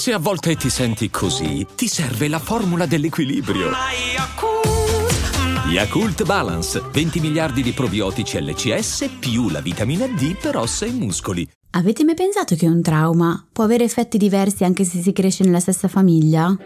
Se a volte ti senti così, ti serve la formula dell'equilibrio. Yakult Balance, 20 miliardi di probiotici LCS più la vitamina D per ossa e muscoli. Avete mai pensato che un trauma può avere effetti diversi anche se si cresce nella stessa famiglia?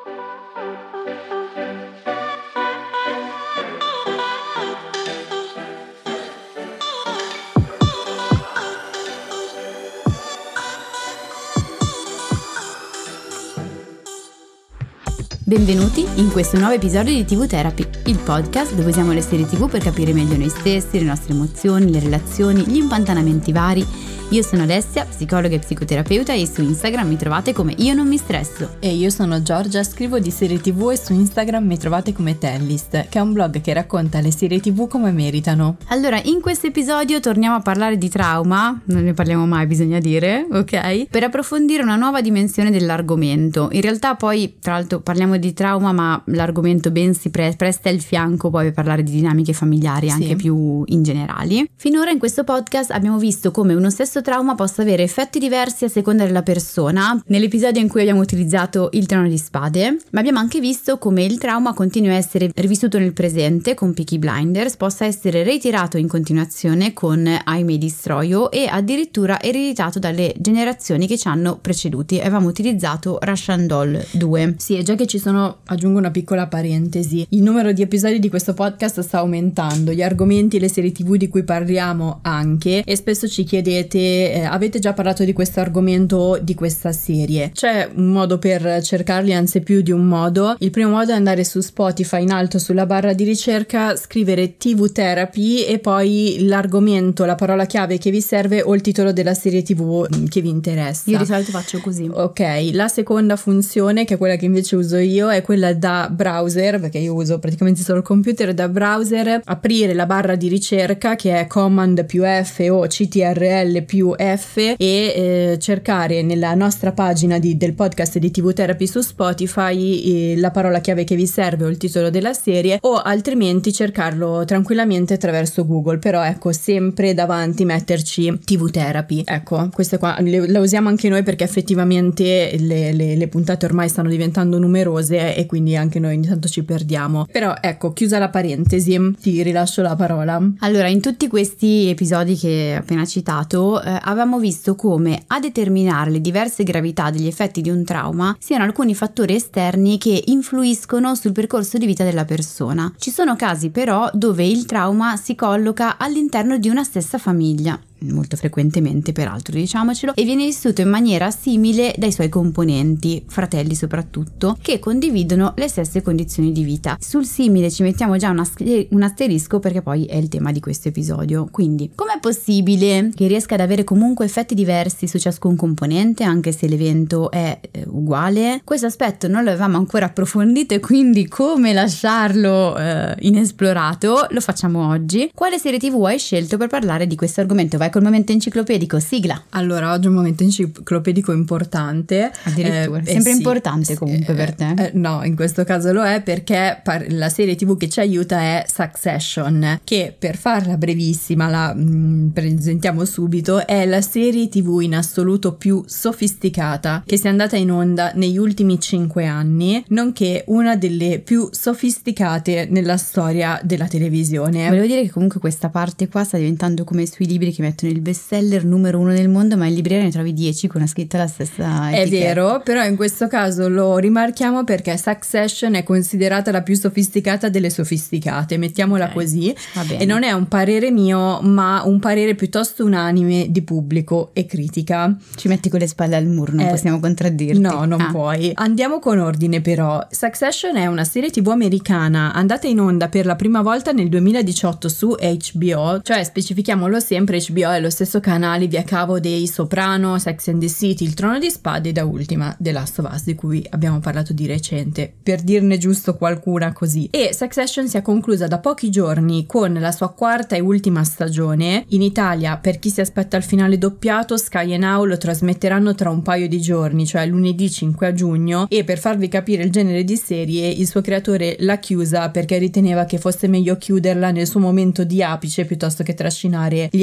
Benvenuti in questo nuovo episodio di TV Therapy, il podcast dove usiamo le serie TV per capire meglio noi stessi, le nostre emozioni, le relazioni, gli impantanamenti vari. Io sono Alessia, psicologa e psicoterapeuta, e su Instagram mi trovate come Io Non Mi Stresso. E io sono Giorgia, scrivo di serie TV e su Instagram mi trovate come Tellist, che è un blog che racconta le serie TV come meritano. Allora, in questo episodio torniamo a parlare di trauma, non ne parliamo mai bisogna dire, ok? Per approfondire una nuova dimensione dell'argomento. In realtà poi, tra l'altro, parliamo di trauma, ma l'argomento ben si presta il fianco poi per parlare di dinamiche familiari anche più in generali. Finora in questo podcast abbiamo visto come uno stesso trauma possa avere effetti diversi a seconda della persona, nell'episodio in cui abbiamo utilizzato il Trono di Spade, ma abbiamo anche visto come il trauma continui a essere rivissuto nel presente con Peaky Blinders, possa essere reiterato in continuazione con I May Destroy You e addirittura ereditato dalle generazioni che ci hanno preceduti. Avevamo utilizzato Russian Doll 2. Sì, e già che ci sono, aggiungo una piccola parentesi, il numero di episodi di questo podcast sta aumentando, gli argomenti e le serie TV di cui parliamo anche, e spesso ci chiedete avete già parlato di questo argomento o di questa serie? C'è un modo per cercarli, anzi più di un modo. Il primo modo è andare su Spotify, in alto sulla barra di ricerca, scrivere TV Therapy e poi l'argomento, la parola chiave che vi serve o il titolo della serie TV che vi interessa. Io di solito faccio così. Ok, la seconda funzione, che è quella che invece uso io, è quella da browser, perché io uso praticamente solo il computer, da browser, aprire la barra di ricerca che è Command più F o CTRL più F e cercare nella nostra pagina del podcast di TV Therapy su Spotify la parola chiave che vi serve o il titolo della serie, o altrimenti cercarlo tranquillamente attraverso Google, però ecco, sempre davanti metterci TV Therapy. Ecco, queste qua le usiamo anche noi perché effettivamente le puntate ormai stanno diventando numerose e quindi anche noi ogni tanto ci perdiamo. Però ecco, chiusa la parentesi, ti rilascio la parola. Allora, in tutti questi episodi che ho appena citato avevamo visto come a determinare le diverse gravità degli effetti di un trauma siano alcuni fattori esterni che influiscono sul percorso di vita della persona. Ci sono casi però dove il trauma si colloca all'interno di una stessa famiglia, molto frequentemente peraltro, diciamocelo, e viene vissuto in maniera simile dai suoi componenti, fratelli soprattutto, che condividono le stesse condizioni di vita. Sul simile ci mettiamo già un asterisco perché poi è il tema di questo episodio. Quindi, com'è possibile che riesca ad avere comunque effetti diversi su ciascun componente anche se l'evento è uguale? Questo aspetto non lo avevamo ancora approfondito e quindi come lasciarlo inesplorato lo facciamo oggi. Quale serie TV hai scelto per parlare di questo argomento? Vai col momento enciclopedico, sigla. Allora, oggi è un momento enciclopedico importante. Addirittura, sempre importante comunque per te. No, in questo caso lo è perché la serie TV che ci aiuta è Succession, che per farla brevissima la presentiamo subito, è la serie TV in assoluto più sofisticata che sia andata in onda negli ultimi 5 anni, nonché una delle più sofisticate nella storia della televisione. Volevo dire che comunque questa parte qua sta diventando come sui libri che mettono il bestseller numero 1 del mondo, ma in libreria ne trovi 10 con una scritta la stessa etichetta. È vero, però in questo caso lo rimarchiamo perché Succession è considerata la più sofisticata delle sofisticate, mettiamola così, e non è un parere mio ma un parere piuttosto unanime di pubblico e critica. Ci metti con le spalle al muro, non possiamo contraddirti. No, non puoi. Andiamo con ordine però. Succession è una serie TV americana andata in onda per la prima volta nel 2018 su HBO, cioè specifichiamolo sempre, HBO è lo stesso canale via cavo dei Soprano, Sex and the City, Il Trono di Spade e da ultima The Last of Us, di cui abbiamo parlato di recente, per dirne giusto qualcuna così. E Succession si è conclusa da pochi giorni con la sua quarta e ultima stagione. In Italia, per chi si aspetta il finale doppiato, Sky e Now lo trasmetteranno tra un paio di giorni, cioè lunedì 5 giugno, e per farvi capire il genere di serie, il suo creatore l'ha chiusa perché riteneva che fosse meglio chiuderla nel suo momento di apice piuttosto che trascinare gli eventi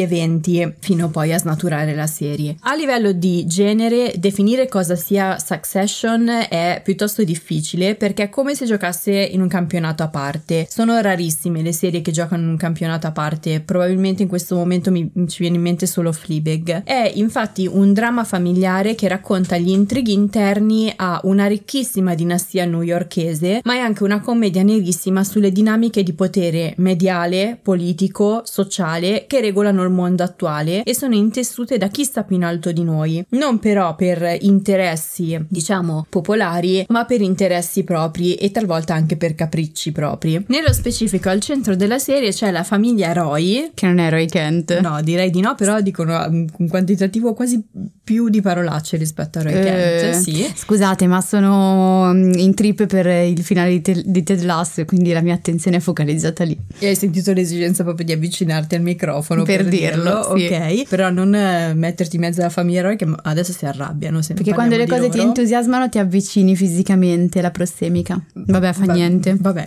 avanti fino poi a snaturare la serie. A livello di genere, definire cosa sia Succession è piuttosto difficile, perché è come se giocasse in un campionato a parte. Sono rarissime le serie che giocano in un campionato a parte, probabilmente in questo momento ci viene in mente solo Fleabag. È infatti un dramma familiare che racconta gli intrighi interni a una ricchissima dinastia newyorkese, ma è anche una commedia nerissima sulle dinamiche di potere mediale, politico, sociale che regolano il mondo attuale e sono intessute da chi sta più in alto di noi, non però per interessi diciamo popolari, ma per interessi propri e talvolta anche per capricci propri. Nello specifico al centro della serie c'è la famiglia Roy, che non è Roy Kent. No, direi di no, però dicono un quantitativo quasi più di parolacce rispetto a Roy Kent. Sì. Scusate, ma sono in trip per il finale di Ted Lasso, quindi la mia attenzione è focalizzata lì. E hai sentito l'esigenza proprio di avvicinarti al microfono per dirlo, sì. Ok, però non metterti in mezzo alla famiglia Roy, che adesso si arrabbiano se perché quando le cose ti entusiasmano ti avvicini fisicamente, la prossemica. Vabbè, fa niente. Vabbè,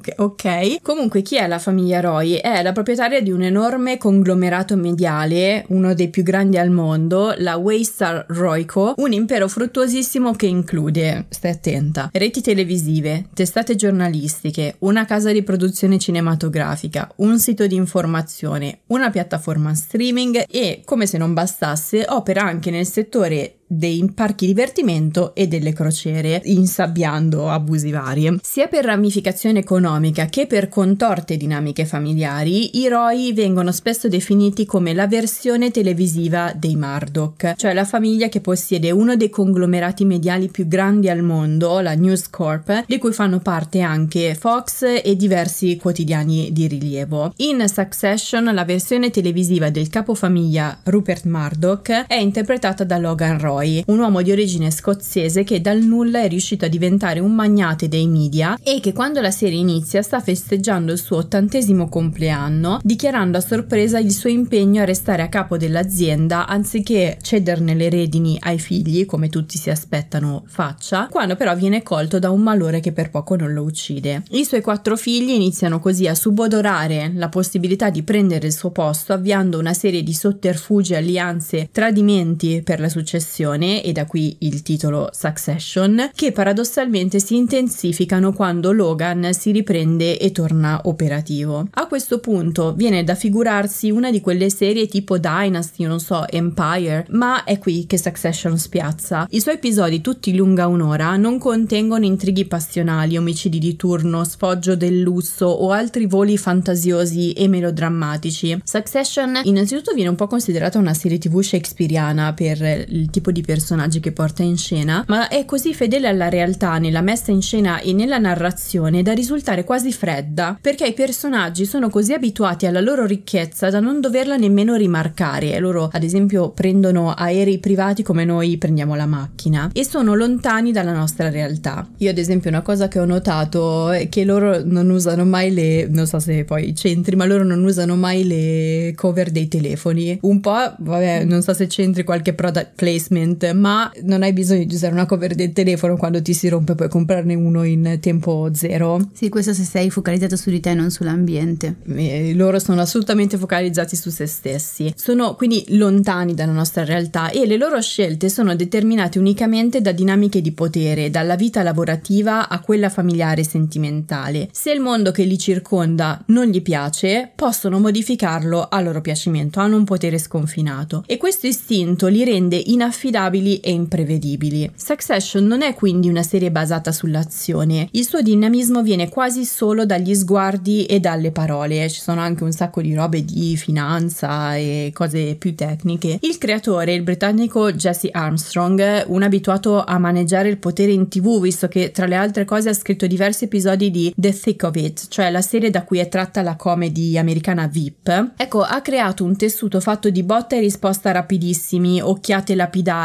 ok. Comunque, chi è la famiglia Roy? È la proprietaria di un enorme conglomerato mediale, uno dei più grandi al mondo, la Waystar Royco, un impero fruttuosissimo che include, stai attenta, reti televisive, testate giornalistiche, una casa di produzione cinematografica, un sito di informazione, una piattaforma streaming e, come se non bastasse, opera anche nel settore dei parchi divertimento e delle crociere, insabbiando abusi vari. Sia per ramificazione economica che per contorte dinamiche familiari, i Roy vengono spesso definiti come la versione televisiva dei Murdoch, cioè la famiglia che possiede uno dei conglomerati mediali più grandi al mondo, la News Corp, di cui fanno parte anche Fox e diversi quotidiani di rilievo. In Succession, la versione televisiva del capofamiglia Rupert Murdoch è interpretata da Logan Roy, un uomo di origine scozzese che dal nulla è riuscito a diventare un magnate dei media e che quando la serie inizia sta festeggiando il suo 80° compleanno, dichiarando a sorpresa il suo impegno a restare a capo dell'azienda anziché cederne le redini ai figli, come tutti si aspettano faccia, quando però viene colto da un malore che per poco non lo uccide. I suoi 4 figli iniziano così a subodorare la possibilità di prendere il suo posto, avviando una serie di sotterfugi, alleanze, tradimenti per la successione, e da qui il titolo Succession, che paradossalmente si intensificano quando Logan si riprende e torna operativo. A questo punto viene da figurarsi una di quelle serie tipo Dynasty, non so, Empire, ma è qui che Succession spiazza. I suoi episodi, tutti lunga un'ora, non contengono intrighi passionali, omicidi di turno, sfoggio del lusso o altri voli fantasiosi e melodrammatici. Succession innanzitutto viene un po' considerata una serie TV shakespeariana per il tipo di personaggi che porta in scena, ma è così fedele alla realtà nella messa in scena e nella narrazione da risultare quasi fredda, perché i personaggi sono così abituati alla loro ricchezza da non doverla nemmeno rimarcare. Loro ad esempio prendono aerei privati come noi prendiamo la macchina e sono lontani dalla nostra realtà. Io ad esempio una cosa che ho notato è che loro non usano mai non so se poi c'entri, ma loro non usano mai le cover dei telefoni. Un po', vabbè, non so se c'entri qualche product placement, ma non hai bisogno di usare una cover del telefono quando ti si rompe, puoi comprarne uno in tempo zero. Sì, questo se sei focalizzato su di te e non sull'ambiente. Loro sono assolutamente focalizzati su se stessi, sono quindi lontani dalla nostra realtà e le loro scelte sono determinate unicamente da dinamiche di potere, dalla vita lavorativa a quella familiare e sentimentale. Se il mondo che li circonda non gli piace, possono modificarlo a loro piacimento, hanno un potere sconfinato e questo istinto li rende inaffidabili e imprevedibili. Succession non è quindi una serie basata sull'azione, il suo dinamismo viene quasi solo dagli sguardi e dalle parole, ci sono anche un sacco di robe di finanza e cose più tecniche. Il creatore, il britannico Jesse Armstrong, un abituato a maneggiare il potere in TV, visto che tra le altre cose ha scritto diversi episodi di The Thick of It, cioè la serie da cui è tratta la comedy americana VIP, ecco, ha creato un tessuto fatto di botta e risposta rapidissimi, occhiate lapidari,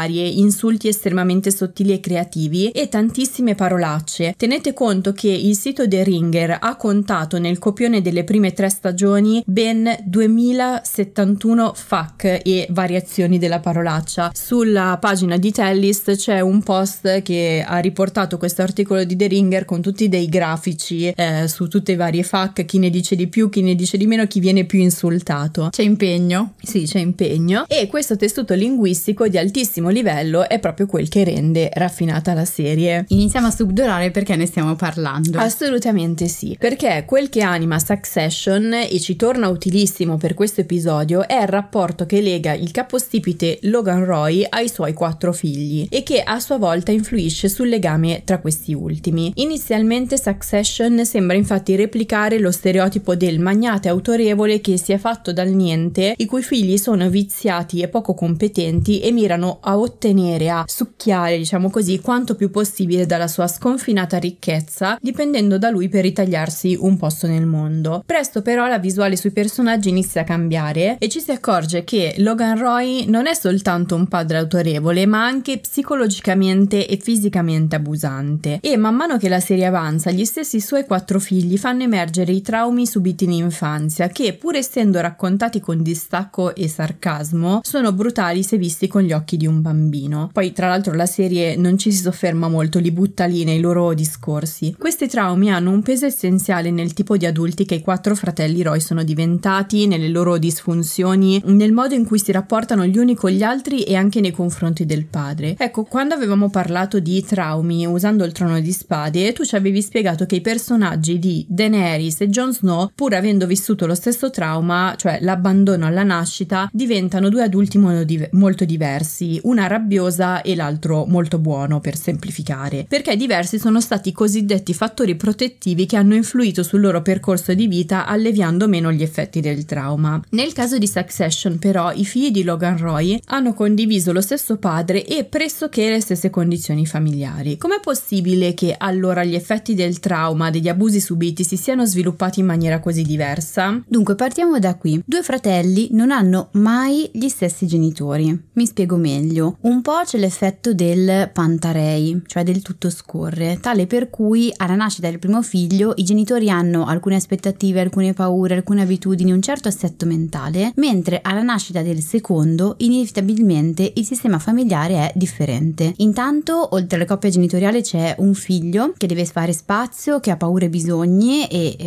varie, insulti estremamente sottili e creativi e tantissime parolacce. Tenete conto che il sito The Ringer ha contato nel copione delle prime 3 stagioni ben 2071 fuck e variazioni della parolaccia. Sulla pagina di Tellist c'è un post che ha riportato questo articolo di The Ringer con tutti dei grafici su tutte le varie fuck, chi ne dice di più, chi ne dice di meno, chi viene più insultato. C'è impegno? Sì, c'è impegno, e questo tessuto linguistico di altissimo livello è proprio quel che rende raffinata la serie. Iniziamo a subdolare perché ne stiamo parlando. Assolutamente sì, perché quel che anima Succession, e ci torna utilissimo per questo episodio, è il rapporto che lega il capostipite Logan Roy ai suoi 4 figli e che a sua volta influisce sul legame tra questi ultimi. Inizialmente Succession sembra infatti replicare lo stereotipo del magnate autorevole che si è fatto dal niente, i cui figli sono viziati e poco competenti e mirano a ottenere, a succhiare, diciamo così, quanto più possibile dalla sua sconfinata ricchezza, dipendendo da lui per ritagliarsi un posto nel mondo. Presto però la visuale sui personaggi inizia a cambiare e ci si accorge che Logan Roy non è soltanto un padre autorevole, ma anche psicologicamente e fisicamente abusante. E man mano che la serie avanza, gli stessi suoi 4 figli fanno emergere i traumi subiti in infanzia che, pur essendo raccontati con distacco e sarcasmo, sono brutali se visti con gli occhi di un bambino. Poi tra l'altro la serie non ci si sofferma molto, li butta lì nei loro discorsi. Questi traumi hanno un peso essenziale nel tipo di adulti che i 4 fratelli Roy sono diventati, nelle loro disfunzioni, nel modo in cui si rapportano gli uni con gli altri e anche nei confronti del padre. Ecco, quando avevamo parlato di traumi usando il Trono di Spade, tu ci avevi spiegato che i personaggi di Daenerys e Jon Snow, pur avendo vissuto lo stesso trauma, cioè l'abbandono alla nascita, diventano 2 adulti molto diversi, una rabbiosa e l'altro molto buono, per semplificare, perché diversi sono stati i cosiddetti fattori protettivi che hanno influito sul loro percorso di vita, alleviando meno gli effetti del trauma. Nel caso di Succession però i figli di Logan Roy hanno condiviso lo stesso padre e pressoché le stesse condizioni familiari. Com'è possibile che allora gli effetti del trauma, degli abusi subiti, si siano sviluppati in maniera così diversa? Dunque partiamo da qui. 2 fratelli non hanno mai gli stessi genitori. Mi spiego meglio. Un po' c'è l'effetto del Pantarei, cioè del tutto scorre, tale per cui alla nascita del primo figlio i genitori hanno alcune aspettative, alcune paure, alcune abitudini, un certo assetto mentale, mentre alla nascita del secondo inevitabilmente il sistema familiare è differente. Intanto, oltre alla coppia genitoriale c'è un figlio che deve fare spazio, che ha paure e bisogni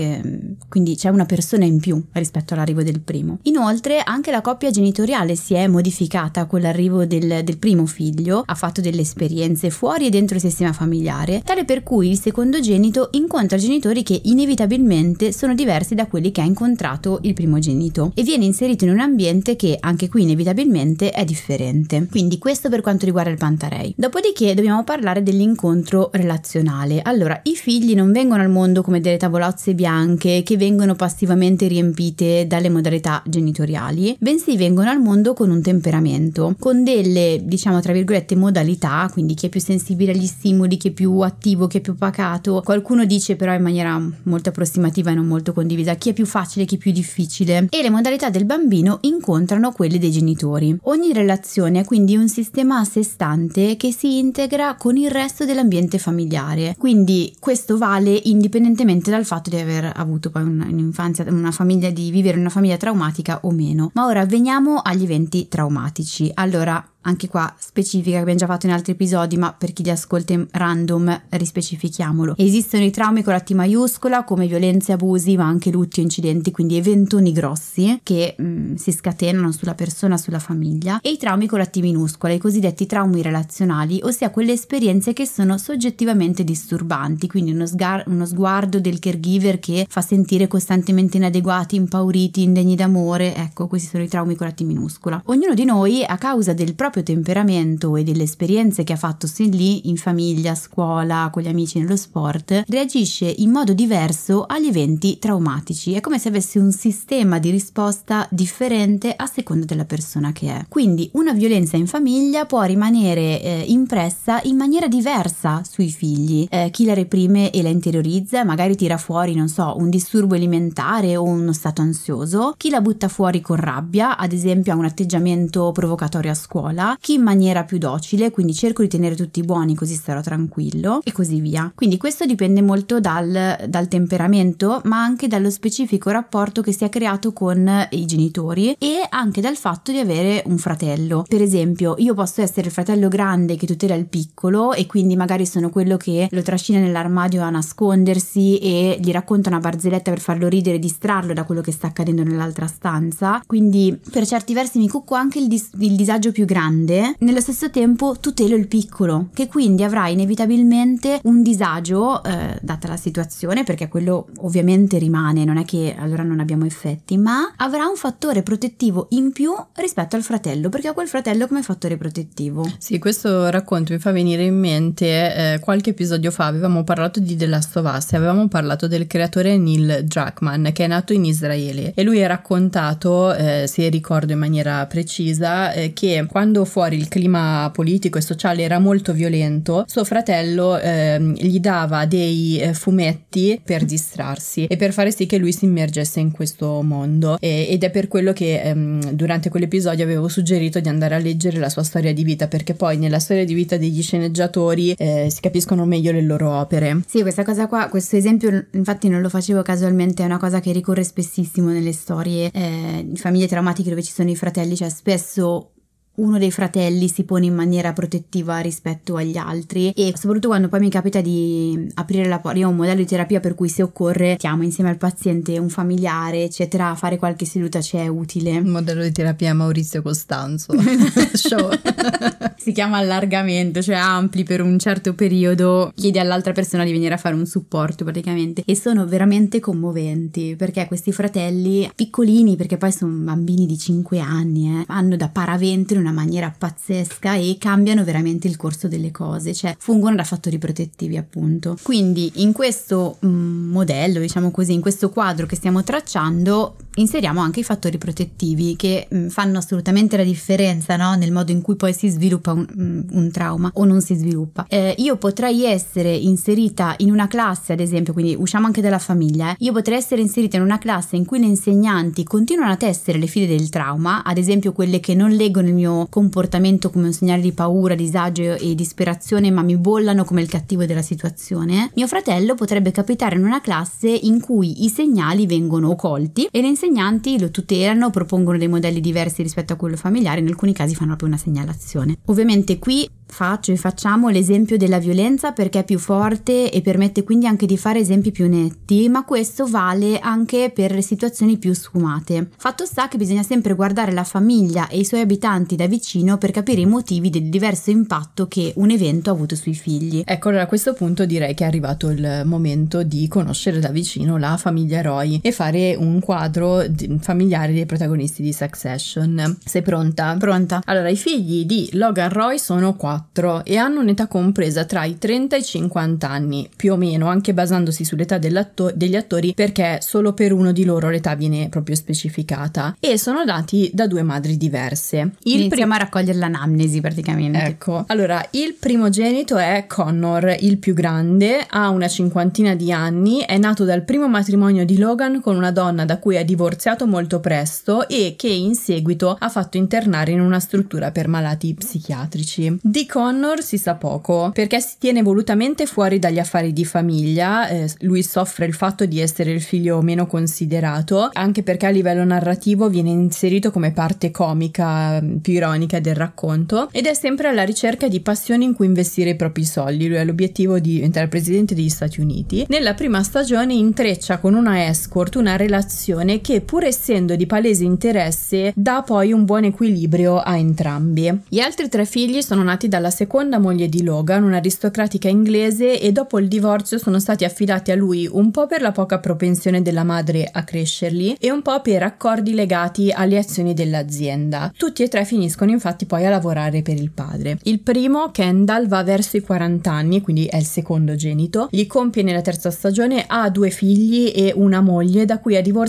e quindi c'è una persona in più rispetto all'arrivo del primo. Inoltre anche la coppia genitoriale si è modificata con l'arrivo del primo figlio, ha fatto delle esperienze fuori e dentro il sistema familiare, tale per cui il secondogenito incontra genitori che inevitabilmente sono diversi da quelli che ha incontrato il primogenito e viene inserito in un ambiente che anche qui inevitabilmente è differente. Quindi questo per quanto riguarda il Pantarei. Dopodiché dobbiamo parlare dell'incontro relazionale. Allora, i figli non vengono al mondo come delle tavolozze bianche che vengono passivamente riempite dalle modalità genitoriali, bensì vengono al mondo con un temperamento, con delle, diciamo tra virgolette, modalità, quindi chi è più sensibile agli stimoli, chi è più attivo, chi è più pacato. Qualcuno dice però in maniera molto approssimativa e non molto condivisa chi è più facile, chi è più difficile, e le modalità del bambino incontrano quelle dei genitori. Ogni relazione è quindi un sistema a sé stante che si integra con il resto dell'ambiente familiare, quindi questo vale indipendentemente dal fatto di aver avuto poi un'infanzia, una famiglia, di vivere in una famiglia traumatica o meno. Ma ora veniamo agli eventi traumatici. Allora, anche qua specifica che abbiamo già fatto in altri episodi, ma per chi li ascolta in random rispecifichiamolo. Esistono i traumi con la T maiuscola come violenze, abusi, ma anche lutti o incidenti, quindi eventoni grossi che si scatenano sulla persona, sulla famiglia, e i traumi con la T minuscola, i cosiddetti traumi relazionali, ossia quelle esperienze che sono soggettivamente disturbanti, quindi uno sguardo del caregiver che fa sentire costantemente inadeguati, impauriti, indegni d'amore. Ecco, questi sono i traumi con la T minuscola. Ognuno di noi, a causa del proprio temperamento e delle esperienze che ha fatto sin lì in famiglia, a scuola, con gli amici, nello sport, reagisce in modo diverso agli eventi traumatici. È come se avesse un sistema di risposta differente a seconda della persona che è. Quindi una violenza in famiglia può rimanere impressa in maniera diversa sui figli. Chi la reprime e la interiorizza magari tira fuori, non so, un disturbo alimentare o uno stato ansioso. Chi la butta fuori con rabbia, ad esempio ha un atteggiamento provocatorio a scuola, casa, chi in maniera più docile, quindi cerco di tenere tutti buoni così starò tranquillo e così via. Quindi questo dipende molto dal temperamento, ma anche dallo specifico rapporto che si è creato con i genitori e anche dal fatto di avere un fratello. Per esempio, io posso essere il fratello grande che tutela il piccolo e quindi magari sono quello che lo trascina nell'armadio a nascondersi e gli racconta una barzelletta per farlo ridere e distrarlo da quello che sta accadendo nell'altra stanza. Quindi per certi versi mi cucco anche il disagio più grande, nello stesso tempo tutelo il piccolo, che quindi avrà inevitabilmente un disagio data la situazione, perché quello ovviamente rimane, non è che allora non abbiamo effetti, ma avrà un fattore protettivo in più rispetto al fratello, perché ha quel fratello come fattore protettivo. Sì, questo racconto mi fa venire in mente qualche episodio fa avevamo parlato di The Last of Us e avevamo parlato del creatore Neil Druckmann, che è nato in Israele, e lui ha raccontato, se ricordo in maniera precisa, che quando fuori il clima politico e sociale era molto violento, suo fratello gli dava dei fumetti per distrarsi e per fare sì che lui si immergesse in questo mondo, ed è per quello che durante quell'episodio avevo suggerito di andare a leggere la sua storia di vita, perché poi nella storia di vita degli sceneggiatori si capiscono meglio le loro opere. Sì, questa cosa qua, questo esempio infatti non lo facevo casualmente, è una cosa che ricorre spessissimo nelle storie di famiglie traumatiche dove ci sono i fratelli, cioè spesso uno dei fratelli si pone in maniera protettiva rispetto agli altri, e soprattutto quando poi mi capita di aprire la porta, io ho un modello di terapia per cui se occorre mettiamo insieme al paziente un familiare eccetera, a fare qualche seduta c'è utile. Il modello di terapia Maurizio Costanzo show. Si chiama allargamento, cioè ampli per un certo periodo, chiedi all'altra persona di venire a fare un supporto praticamente, e sono veramente commoventi perché questi fratelli piccolini, perché poi sono bambini di 5 anni, hanno da paravento in una maniera pazzesca e cambiano veramente il corso delle cose, cioè fungono da fattori protettivi appunto. Quindi in questo modello, diciamo così, in questo quadro che stiamo tracciando inseriamo anche i fattori protettivi che fanno assolutamente la differenza, no? Nel modo in cui poi si sviluppa un trauma o non si sviluppa. Io potrei essere inserita in una classe, ad esempio, quindi usciamo anche dalla famiglia, io potrei essere inserita in una classe in cui le insegnanti continuano a tessere le file del trauma, ad esempio quelle che non leggono il mio comportamento come un segnale di paura, disagio e disperazione, ma mi bollano come il cattivo della situazione. Mio fratello potrebbe capitare in una classe in cui i segnali vengono colti e le insegnanti lo tutelano, propongono dei modelli diversi rispetto a quello familiare, in alcuni casi fanno proprio una segnalazione. Ovviamente qui facciamo l'esempio della violenza perché è più forte e permette quindi anche di fare esempi più netti, ma questo vale anche per situazioni più sfumate. Fatto sta che bisogna sempre guardare la famiglia e i suoi abitanti da vicino per capire i motivi del diverso impatto che un evento ha avuto sui figli. Ecco, allora a questo punto direi che è arrivato il momento di conoscere da vicino la famiglia Roy e fare un quadro familiare dei protagonisti di Succession. Sei pronta? Pronta. Allora, i figli di Logan Roy sono 4 e hanno un'età compresa tra i 30 e i 50 anni, più o meno, anche basandosi sull'età degli attori, perché solo per uno di loro l'età viene proprio specificata, e sono nati da 2 madri diverse. Iniziamo a raccogliere l'anamnesi praticamente. Ecco, allora il primogenito è Connor, il più grande, ha una 50 di anni, è nato dal primo matrimonio di Logan con una donna da cui ha divorziato molto presto e che in seguito ha fatto internare in una struttura per malati psichiatrici. Di Connor si sa poco perché si tiene volutamente fuori dagli affari di famiglia, lui soffre il fatto di essere il figlio meno considerato, anche perché a livello narrativo viene inserito come parte comica più ironica del racconto, ed è sempre alla ricerca di passioni in cui investire i propri soldi. Lui ha l'obiettivo di diventare presidente degli Stati Uniti. Nella prima stagione intreccia con una escort una relazione che, pur essendo di palese interesse, dà poi un buon equilibrio a entrambi. Gli altri 3 figli sono nati dalla seconda moglie di Logan, un'aristocratica inglese, e dopo il divorzio sono stati affidati a lui un po' per la poca propensione della madre a crescerli e un po' per accordi legati alle azioni dell'azienda. Tutti e 3 finiscono infatti poi a lavorare per il padre. Il primo, Kendall, va verso i 40 anni, quindi è il secondogenito, li compie nella terza stagione, ha 2 figli e una moglie da cui è divorziata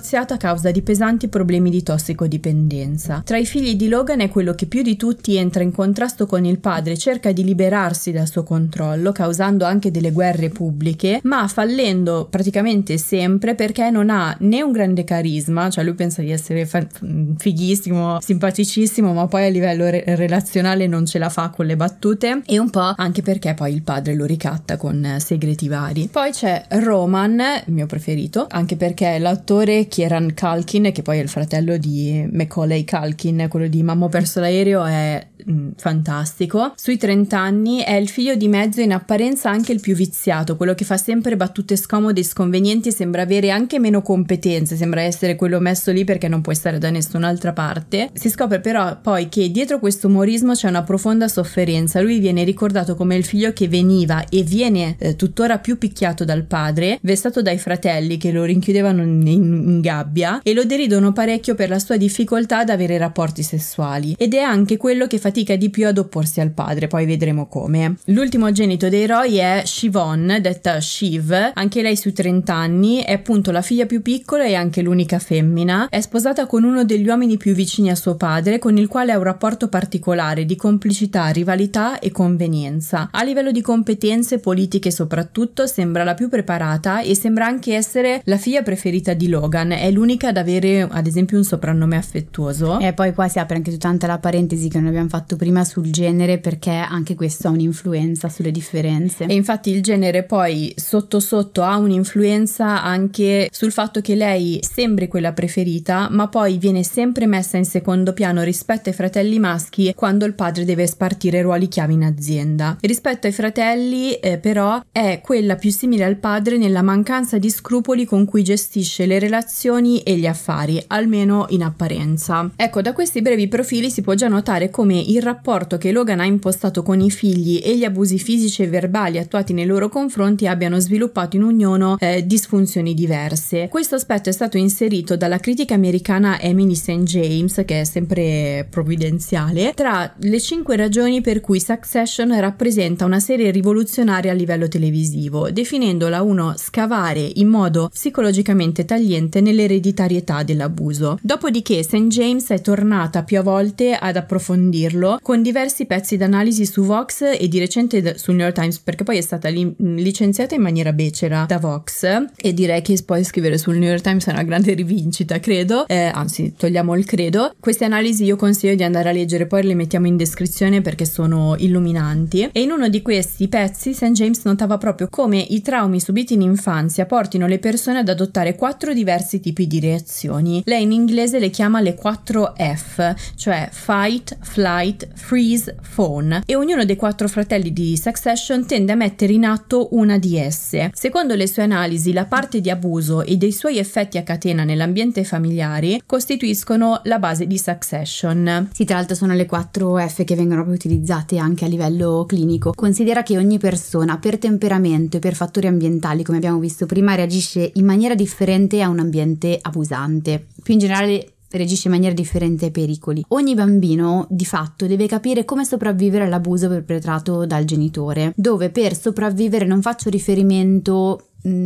causa di pesanti problemi di tossicodipendenza. Tra i figli di Logan è quello che più di tutti entra in contrasto con il padre, cerca di liberarsi dal suo controllo, causando anche delle guerre pubbliche, ma fallendo praticamente sempre perché non ha né un grande carisma, cioè lui pensa di essere fighissimo, simpaticissimo, ma poi a livello relazionale non ce la fa con le battute, e un po' anche perché poi il padre lo ricatta con segreti vari. Poi c'è Roman, il mio preferito, anche perché l'attore Kieran Culkin, che poi è il fratello di Macaulay Culkin, quello di Mamma ho perso l'aereo, è fantastico. Sui 30 anni è il figlio di mezzo, in apparenza anche il più viziato, quello che fa sempre battute scomode e sconvenienti, sembra avere anche meno competenze, sembra essere quello messo lì perché non può stare da nessun'altra parte. Si scopre però poi che dietro questo umorismo c'è una profonda sofferenza. Lui viene ricordato come il figlio che veniva e viene tuttora più picchiato dal padre, vessato dai fratelli che lo rinchiudevano in gabbia e lo deridono parecchio per la sua difficoltà ad avere rapporti sessuali, ed è anche quello che fatica di più ad opporsi al padre, poi vedremo come. L'ultimogenito dei Roy è Siobhan, detta Shiv, anche lei sui 30 anni, è appunto la figlia più piccola e anche l'unica femmina, è sposata con uno degli uomini più vicini a suo padre, con il quale ha un rapporto particolare di complicità, rivalità e convenienza. A livello di competenze politiche soprattutto sembra la più preparata e sembra anche essere la figlia preferita di Logan, è l'unica ad avere ad esempio un soprannome affettuoso. E poi qua si apre anche tutta la parentesi che non abbiamo fatto prima sul genere, perché anche questo ha un'influenza sulle differenze, e infatti il genere poi sotto sotto ha un'influenza anche sul fatto che lei sembri quella preferita, ma poi viene sempre messa in secondo piano rispetto ai fratelli maschi quando il padre deve spartire ruoli chiave in azienda. Rispetto ai fratelli però è quella più simile al padre nella mancanza di scrupoli con cui gestisce le relazioni e gli affari, almeno in apparenza. Ecco, da questi brevi profili si può già notare come il rapporto che Logan ha impostato con i figli e gli abusi fisici e verbali attuati nei loro confronti abbiano sviluppato in ognuno disfunzioni diverse. Questo aspetto è stato inserito dalla critica americana Emily St. James, che è sempre provvidenziale, tra le 5 ragioni per cui Succession rappresenta una serie rivoluzionaria a livello televisivo, definendola uno scavare in modo psicologicamente tagliente nell'ereditarietà dell'abuso. Dopodiché St. James è tornata più volte ad approfondirlo con diversi pezzi d'analisi su Vox e di recente sul New York Times, perché poi è stata licenziata in maniera becera da Vox, e direi che poi scrivere sul New York Times è una grande rivincita, credo, anzi togliamo il credo. Queste analisi io consiglio di andare a leggere, poi le mettiamo in descrizione perché sono illuminanti, e in uno di questi pezzi St. James notava proprio come i traumi subiti in infanzia portino le persone ad adottare 4 diversi tipi di reazioni. Lei in inglese le chiama le 4 F, cioè fight, flight, freeze, fawn, e ognuno dei 4 fratelli di Succession tende a mettere in atto una di esse. Secondo le sue analisi, la parte di abuso e dei suoi effetti a catena nell'ambiente familiare costituiscono la base di Succession. Sì, tra l'altro sono le 4 F che vengono proprio utilizzate anche a livello clinico. Considera che ogni persona per temperamento e per fattori ambientali, come abbiamo visto prima, reagisce in maniera differente a un ambiente abusante. Più in generale reagisce in maniera differente ai pericoli. Ogni bambino di fatto deve capire come sopravvivere all'abuso perpetrato dal genitore, dove per sopravvivere non faccio riferimento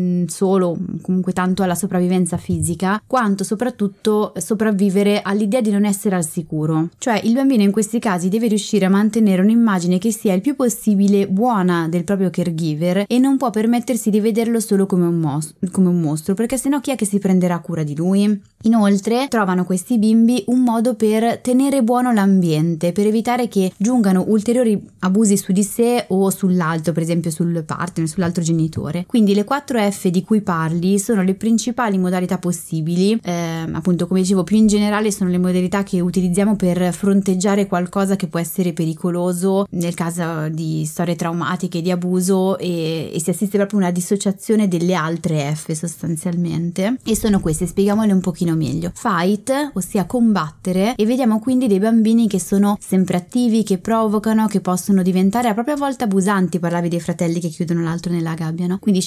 solo comunque tanto alla sopravvivenza fisica quanto soprattutto sopravvivere all'idea di non essere al sicuro. Cioè il bambino in questi casi deve riuscire a mantenere un'immagine che sia il più possibile buona del proprio caregiver e non può permettersi di vederlo solo come un mostro, perché sennò chi è che si prenderà cura di lui? Inoltre trovano questi bimbi un modo per tenere buono l'ambiente, per evitare che giungano ulteriori abusi su di sé o sull'altro, per esempio sul partner, sull'altro genitore. Quindi le 4 F di cui parli sono le principali modalità possibili, appunto come dicevo, più in generale sono le modalità che utilizziamo per fronteggiare qualcosa che può essere pericoloso nel caso di storie traumatiche di abuso, e si assiste proprio a una dissociazione delle altre F sostanzialmente, e sono queste, spieghiamole un pochino meglio. Fight, ossia combattere, e vediamo quindi dei bambini che sono sempre attivi, che provocano, che possono diventare a propria volta abusanti. Parlavi dei fratelli che chiudono l'altro nella gabbia, no? Quindi scelgono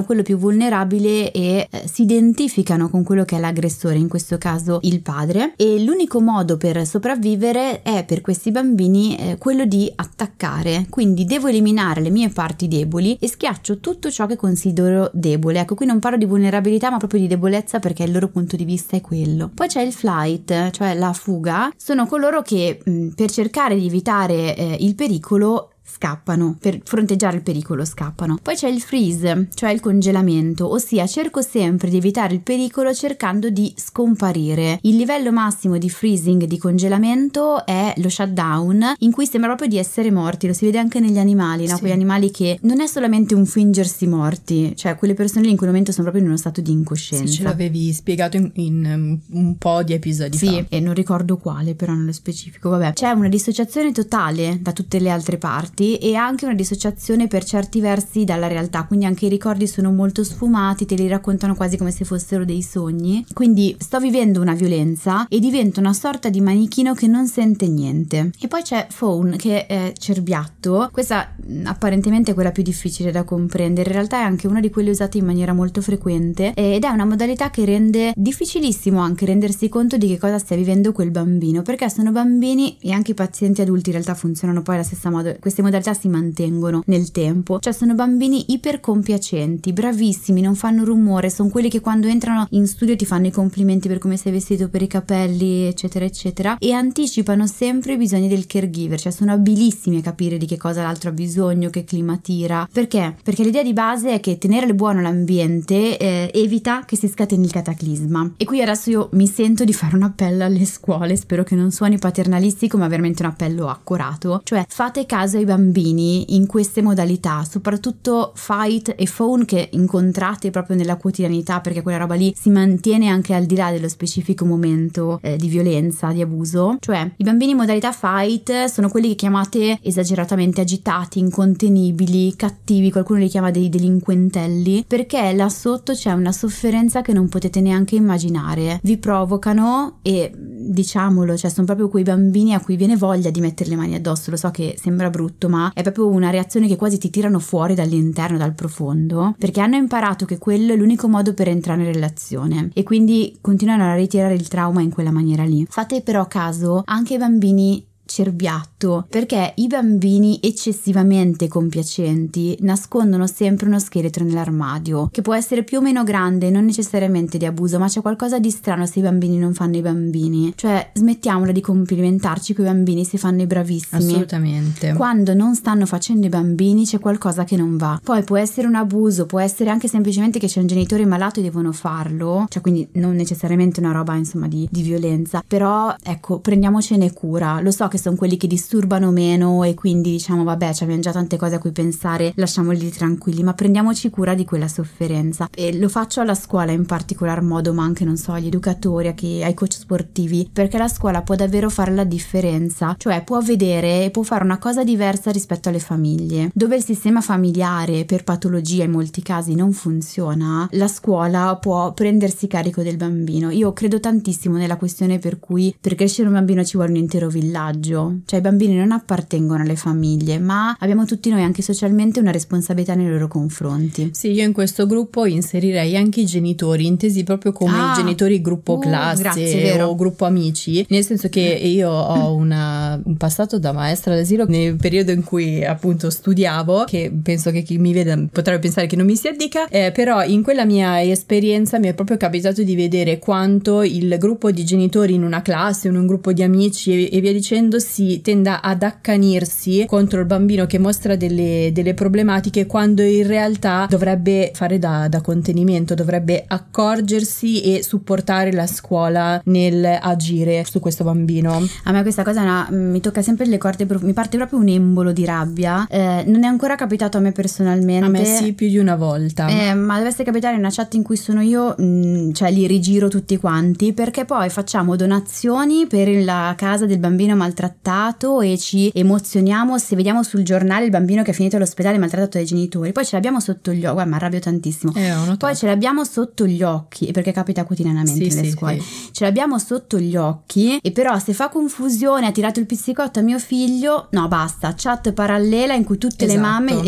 quello più vulnerabile e si identificano con quello che è l'aggressore, in questo caso il padre, e l'unico modo per sopravvivere è per questi bambini quello di attaccare, quindi devo eliminare le mie parti deboli e schiaccio tutto ciò che considero debole. Ecco, qui non parlo di vulnerabilità ma proprio di debolezza, perché il loro punto di vista è quello. Poi c'è il flight, cioè la fuga, sono coloro che per cercare di evitare il pericolo scappano, per fronteggiare il pericolo scappano. Poi c'è il freeze, cioè il congelamento, ossia cerco sempre di evitare il pericolo cercando di scomparire. Il livello massimo di freezing, di congelamento, è lo shutdown, in cui sembra proprio di essere morti. Lo si vede anche negli animali, no? Sì. Quegli animali che non è solamente un fingersi morti, cioè quelle persone lì in quel momento sono proprio in uno stato di incoscienza. Sì, ce l'avevi spiegato in un po' di episodi fa. Sì, e non ricordo quale, però nello specifico. Vabbè, c'è una dissociazione totale da tutte le altre parti e anche una dissociazione per certi versi dalla realtà, quindi anche i ricordi sono molto sfumati, te li raccontano quasi come se fossero dei sogni. Quindi sto vivendo una violenza e divento una sorta di manichino che non sente niente. E poi c'è Fawn, che è cerbiatto. Questa apparentemente è quella più difficile da comprendere, in realtà è anche una di quelle usate in maniera molto frequente ed è una modalità che rende difficilissimo anche rendersi conto di che cosa stia vivendo quel bambino, perché sono bambini, e anche i pazienti adulti in realtà funzionano poi alla stessa modo, queste modalità si mantengono nel tempo, cioè sono bambini ipercompiacenti, bravissimi, non fanno rumore, sono quelli che quando entrano in studio ti fanno i complimenti per come sei vestito, per i capelli, eccetera eccetera, e anticipano sempre i bisogni del caregiver, cioè sono abilissimi a capire di che cosa l'altro ha bisogno, che clima tira. Perché? Perché l'idea di base è che tenere buono l'ambiente evita che si scateni il cataclisma. E qui adesso io mi sento di fare un appello alle scuole, spero che non suoni paternalistico ma veramente un appello accurato, cioè fate caso ai bambini in queste modalità, soprattutto fight e fawn, che incontrate proprio nella quotidianità, perché quella roba lì si mantiene anche al di là dello specifico momento di violenza, di abuso. Cioè i bambini in modalità fight sono quelli che chiamate esageratamente agitati, incontenibili, cattivi, qualcuno li chiama dei delinquentelli, perché là sotto c'è una sofferenza che non potete neanche immaginare, vi provocano e diciamolo, cioè sono proprio quei bambini a cui viene voglia di mettere le mani addosso. Lo so che sembra brutto, ma è proprio una reazione che quasi ti tirano fuori dall'interno, dal profondo, perché hanno imparato che quello è l'unico modo per entrare in relazione e quindi continuano a ritirare il trauma in quella maniera lì. Fate però caso anche ai bambini cerbiatto, perché i bambini eccessivamente compiacenti nascondono sempre uno scheletro nell'armadio che può essere più o meno grande, non necessariamente di abuso, ma c'è qualcosa di strano se i bambini non fanno i bambini. Cioè smettiamola di complimentarci con i bambini se fanno i bravissimi. Assolutamente. Quando non stanno facendo i bambini c'è qualcosa che non va. Poi può essere un abuso, può essere anche semplicemente che c'è un genitore malato e devono farlo, cioè quindi non necessariamente una roba insomma di violenza, però ecco, prendiamocene cura. Lo so che sono quelli che disturbano meno e quindi diciamo vabbè, abbiamo già tante cose a cui pensare, lasciamoli tranquilli, ma prendiamoci cura di quella sofferenza. E lo faccio alla scuola in particolar modo, ma anche non so agli educatori, ai coach sportivi, perché la scuola può davvero fare la differenza, cioè può vedere e può fare una cosa diversa rispetto alle famiglie. Dove il sistema familiare per patologia in molti casi non funziona, la scuola può prendersi carico del bambino. Io credo tantissimo nella questione per cui per crescere un bambino ci vuole un intero villaggio, cioè i bambini non appartengono alle famiglie, ma abbiamo tutti noi anche socialmente una responsabilità nei loro confronti. Sì, io in questo gruppo inserirei anche i genitori, intesi proprio come i genitori gruppo classe, grazie, o gruppo amici, nel senso che io ho un passato da maestra d'asilo nel periodo in cui appunto studiavo, che penso che chi mi veda potrebbe pensare che non mi si addica, però in quella mia esperienza mi è proprio capitato di vedere quanto il gruppo di genitori in una classe, in un gruppo di amici e via dicendo si tenda ad accanirsi contro il bambino che mostra delle problematiche, quando in realtà dovrebbe fare da contenimento, dovrebbe accorgersi e supportare la scuola nel agire su questo bambino. A me questa cosa mi tocca sempre le corde, mi parte proprio un embolo di rabbia. Non è ancora capitato a me personalmente. A me sì, più di una volta. Ma dovesse capitare in una chat in cui sono io, cioè li rigiro tutti quanti, perché poi facciamo donazioni per la casa del bambino maltrattato e ci emozioniamo se vediamo sul giornale il bambino che ha finito all'ospedale maltrattato dai genitori. Poi ce l'abbiamo sotto gli occhi, guarda, mi arrabbio tantissimo. Poi ce l'abbiamo sotto gli occhi, perché capita quotidianamente nelle scuole. Sì. Ce l'abbiamo sotto gli occhi, e però se fa confusione, ha tirato il pizzicotto a mio figlio, no basta, chat parallela in cui tutte le mamme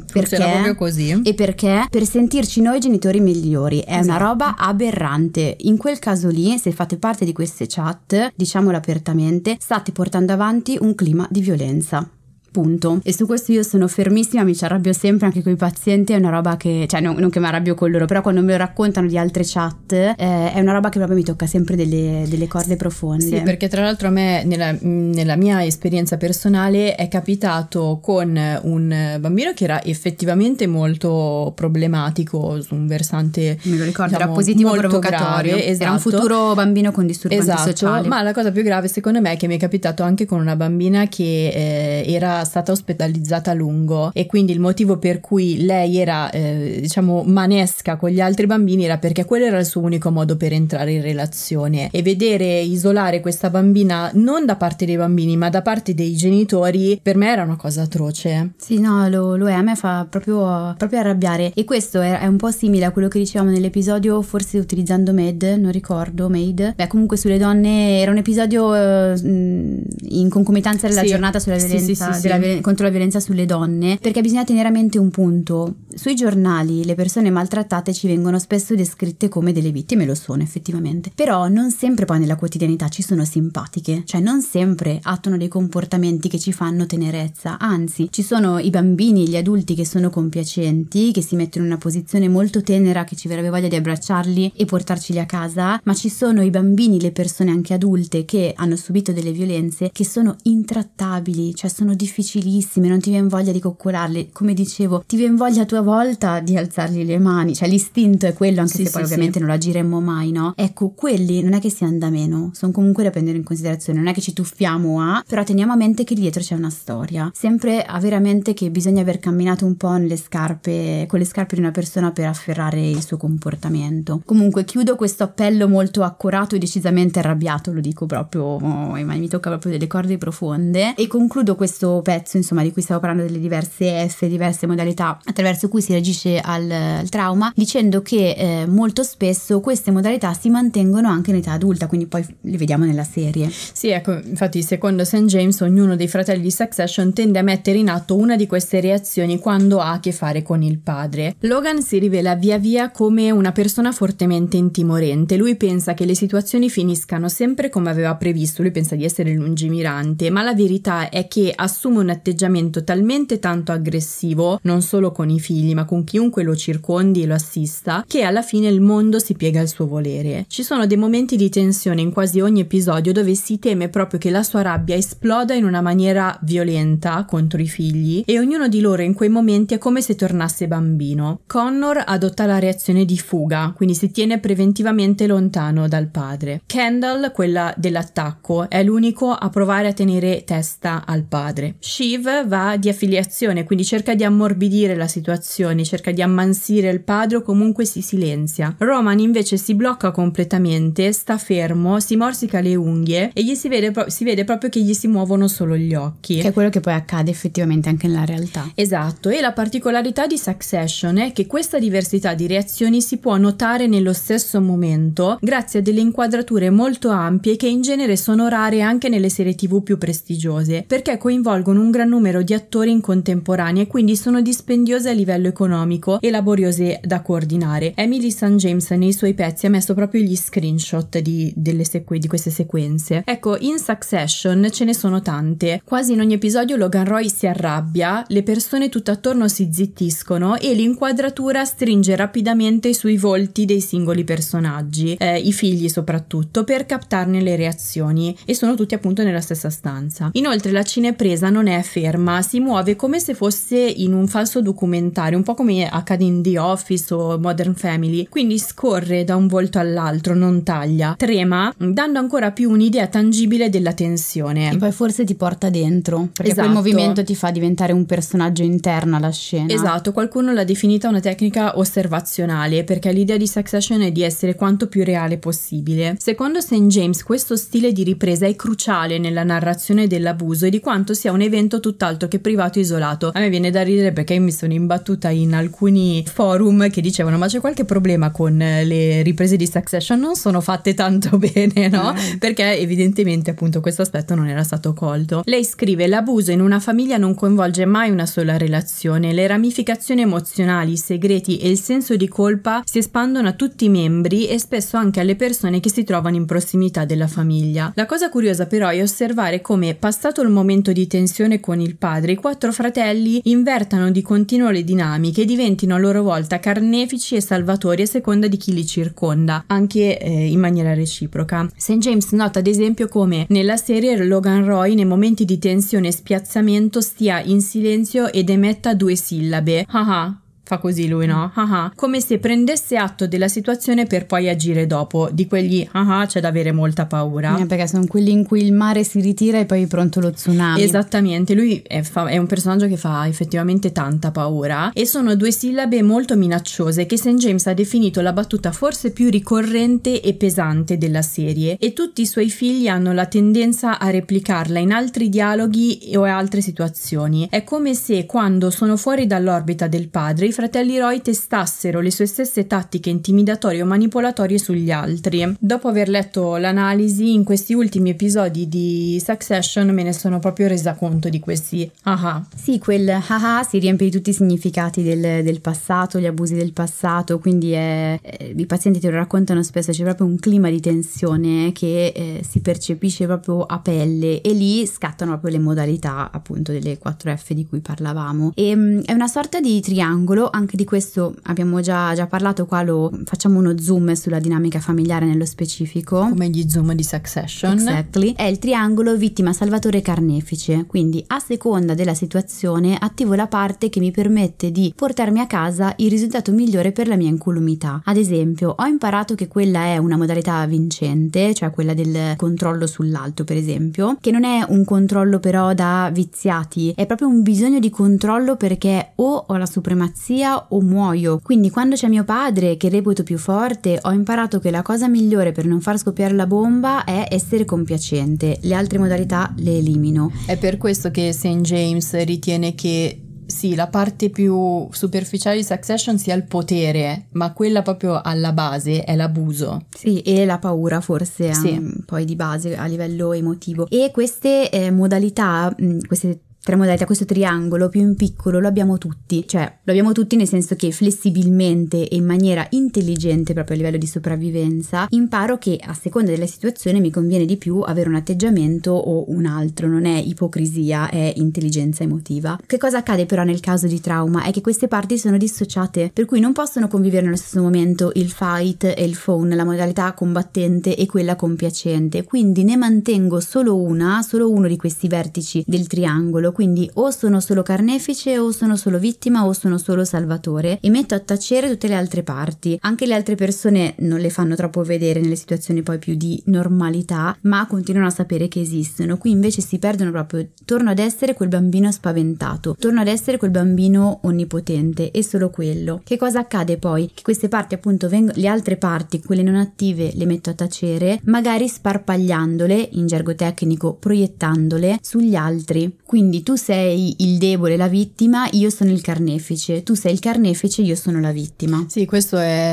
Funziona proprio così. E perché? Per sentirci noi genitori migliori. È una roba aberrante. In quel caso lì, se fate parte di queste chat, diciamolo apertamente, state portando avanti un clima di violenza. Punto. E su questo io sono fermissima, mi ci arrabbio sempre anche con i pazienti, è una roba che, cioè non che mi arrabbio con loro, però quando me lo raccontano di altre chat è una roba che proprio mi tocca sempre delle corde profonde. Sì, perché tra l'altro a me nella mia esperienza personale è capitato con un bambino che era effettivamente molto problematico su un versante, me lo ricordo, diciamo, era positivo molto provocatorio, grave, esatto. Era un futuro bambino con disturbi antisociali. Ma la cosa più grave secondo me è che mi è capitato anche con una bambina che era stata ospedalizzata a lungo, e quindi il motivo per cui lei era diciamo manesca con gli altri bambini era perché quello era il suo unico modo per entrare in relazione, e vedere isolare questa bambina non da parte dei bambini ma da parte dei genitori per me era una cosa atroce. Sì, no, lo è, a me fa proprio arrabbiare, e questo è un po' simile a quello che dicevamo nell'episodio, forse utilizzando Made, non ricordo, Made, comunque sulle donne era un episodio in concomitanza della giornata sulla violenza contro la violenza sulle donne, perché bisogna tenere a mente un punto: sui giornali le persone maltrattate ci vengono spesso descritte come delle vittime, lo sono effettivamente, però non sempre poi nella quotidianità ci sono simpatiche, cioè non sempre attuano dei comportamenti che ci fanno tenerezza, anzi ci sono i bambini e gli adulti che sono compiacenti, che si mettono in una posizione molto tenera, che ci verrebbe voglia di abbracciarli e portarceli a casa, ma ci sono i bambini, le persone anche adulte che hanno subito delle violenze che sono intrattabili, cioè sono difficilissime, non ti viene voglia di coccolarli, come dicevo, ti viene voglia a tua volta di alzargli le mani, cioè l'istinto è quello, anche se poi ovviamente non lo agiremmo mai, no? Ecco, quelli non è che siano da meno, sono comunque da prendere in considerazione, non è che ci tuffiamo però teniamo a mente che dietro c'è una storia, sempre avere a mente che bisogna aver camminato un po' con le scarpe di una persona per afferrare il suo comportamento. Comunque chiudo questo appello molto accorato e decisamente arrabbiato, lo dico proprio, mi tocca proprio delle corde profonde, e concludo questo pezzo, insomma, di cui stavo parlando, delle diverse diverse modalità attraverso cui si reagisce al trauma, dicendo che molto spesso queste modalità si mantengono anche in età adulta, quindi poi le vediamo nella serie. Sì, ecco, infatti secondo St. James ognuno dei fratelli di Succession tende a mettere in atto una di queste reazioni quando ha a che fare con il padre. Logan si rivela via via come una persona fortemente intimorente, lui pensa che le situazioni finiscano sempre come aveva previsto, lui pensa di essere lungimirante, ma la verità è che assume un atteggiamento talmente tanto aggressivo, non solo con i figli ma con chiunque lo circondi e lo assista, che alla fine il mondo si piega al suo volere. Ci sono dei momenti di tensione in quasi ogni episodio dove si teme proprio che la sua rabbia esploda in una maniera violenta contro i figli, e ognuno di loro in quei momenti è come se tornasse bambino. Connor adotta la reazione di fuga, quindi si tiene preventivamente lontano dal padre. Kendall, quella dell'attacco, è l'unico a provare a tenere testa al padre. Shiv va di affiliazione, quindi cerca di ammorbidire la situazione, cerca di ammansire il padre o comunque si silenzia. Roman invece si blocca completamente, sta fermo, si morsica le unghie e si vede proprio che gli si muovono solo gli occhi. Che è quello che poi accade effettivamente anche nella realtà. Esatto, e la particolarità di Succession è che questa diversità di reazioni si può notare nello stesso momento grazie a delle inquadrature molto ampie che in genere sono rare anche nelle serie TV più prestigiose, perché coinvolgono un gran numero di attori in contemporanea e quindi sono dispendiose a livello economico e laboriose da coordinare. Emily St. James nei suoi pezzi ha messo proprio gli screenshot di queste sequenze. Ecco, in Succession ce ne sono tante. Quasi in ogni episodio Logan Roy si arrabbia, le persone tutt'attorno si zittiscono e l'inquadratura stringe rapidamente sui volti dei singoli personaggi, i figli soprattutto, per captarne le reazioni, e sono tutti appunto nella stessa stanza. Inoltre la cinepresa non è ferma, si muove come se fosse in un falso documentario, un po' come accade in The Office o Modern Family, quindi scorre da un volto all'altro, non taglia, trema, dando ancora più un'idea tangibile della tensione. E poi forse ti porta dentro, perché esatto. Quel movimento ti fa diventare un personaggio interno alla scena. Esatto, qualcuno l'ha definita una tecnica osservazionale, perché l'idea di Succession è di essere quanto più reale possibile. Secondo St. James questo stile di ripresa è cruciale nella narrazione dell'abuso e di quanto sia un evento tutt'altro che privato e isolato. A me viene da ridere perché io mi sono imbattuta battuta in alcuni forum che dicevano: ma c'è qualche problema con le riprese di Succession? Non sono fatte tanto bene, no? Perché evidentemente appunto questo aspetto non era stato colto. Lei scrive: l'abuso in una famiglia non coinvolge mai una sola relazione, le ramificazioni emozionali, i segreti e il senso di colpa si espandono a tutti i membri e spesso anche alle persone che si trovano in prossimità della famiglia. La cosa curiosa però è osservare come, passato il momento di tensione con il padre, i 4 fratelli invertano di continuo le dinamiche e diventino a loro volta carnefici e salvatori a seconda di chi li circonda, anche in maniera reciproca. St. James nota ad esempio come nella serie Logan Roy nei momenti di tensione e spiazzamento stia in silenzio ed emetta 2 sillabe. Fa così lui, no? Come se prendesse atto della situazione per poi agire dopo. Di quegli c'è da avere molta paura. Perché sono quelli in cui il mare si ritira e poi è pronto lo tsunami. Esattamente, lui è un personaggio che fa effettivamente tanta paura e sono 2 sillabe molto minacciose che St. James ha definito la battuta forse più ricorrente e pesante della serie, e tutti i suoi figli hanno la tendenza a replicarla in altri dialoghi o altre situazioni. È come se quando sono fuori dall'orbita del padre i fratelli Roy testassero le sue stesse tattiche intimidatorie o manipolatorie sugli altri. Dopo aver letto l'analisi, in questi ultimi episodi di Succession me ne sono proprio resa conto di questi Sì, quel si riempie di tutti i significati del passato, gli abusi del passato, quindi i pazienti te lo raccontano spesso, c'è proprio un clima di tensione che si percepisce proprio a pelle, e lì scattano proprio le modalità appunto delle 4F di cui parlavamo, e è una sorta di triangolo. Anche di questo abbiamo già parlato, qua facciamo uno zoom sulla dinamica familiare nello specifico, come gli zoom di Succession. Exactly. È il triangolo vittima, salvatore, carnefice, quindi a seconda della situazione attivo la parte che mi permette di portarmi a casa il risultato migliore per la mia incolumità. Ad esempio, ho imparato che quella è una modalità vincente, cioè quella del controllo sull'alto per esempio, che non è un controllo però da viziati, è proprio un bisogno di controllo perché o ho la supremazia o muoio. Quindi quando c'è mio padre che reputo più forte, ho imparato che la cosa migliore per non far scoppiare la bomba è essere compiacente, le altre modalità le elimino. È per questo che St. James ritiene che sì, la parte più superficiale di Succession sia il potere, ma quella proprio alla base è l'abuso. Sì, e la paura forse poi di base a livello emotivo. E queste modalità, queste 3 modalità, questo triangolo più in piccolo lo abbiamo tutti, cioè lo abbiamo tutti nel senso che flessibilmente e in maniera intelligente proprio a livello di sopravvivenza imparo che a seconda della situazione mi conviene di più avere un atteggiamento o un altro, non è ipocrisia, è intelligenza emotiva. Che cosa accade però nel caso di trauma? È che queste parti sono dissociate, per cui non possono convivere nello stesso momento il fight e il fawn, la modalità combattente e quella compiacente, quindi ne mantengo solo uno di questi vertici del triangolo. Quindi o sono solo carnefice o sono solo vittima o sono solo salvatore, e metto a tacere tutte le altre parti. Anche le altre persone non le fanno troppo vedere nelle situazioni poi più di normalità, ma continuano a sapere che esistono. Qui invece si perdono proprio, torno ad essere quel bambino spaventato, torno ad essere quel bambino onnipotente e solo quello. Che cosa accade poi? Che queste parti appunto le altre parti, quelle non attive, le metto a tacere, magari sparpagliandole, in gergo tecnico proiettandole sugli altri. Quindi tu sei il debole, la vittima, io sono il carnefice, tu sei il carnefice, io sono la vittima. Sì, questo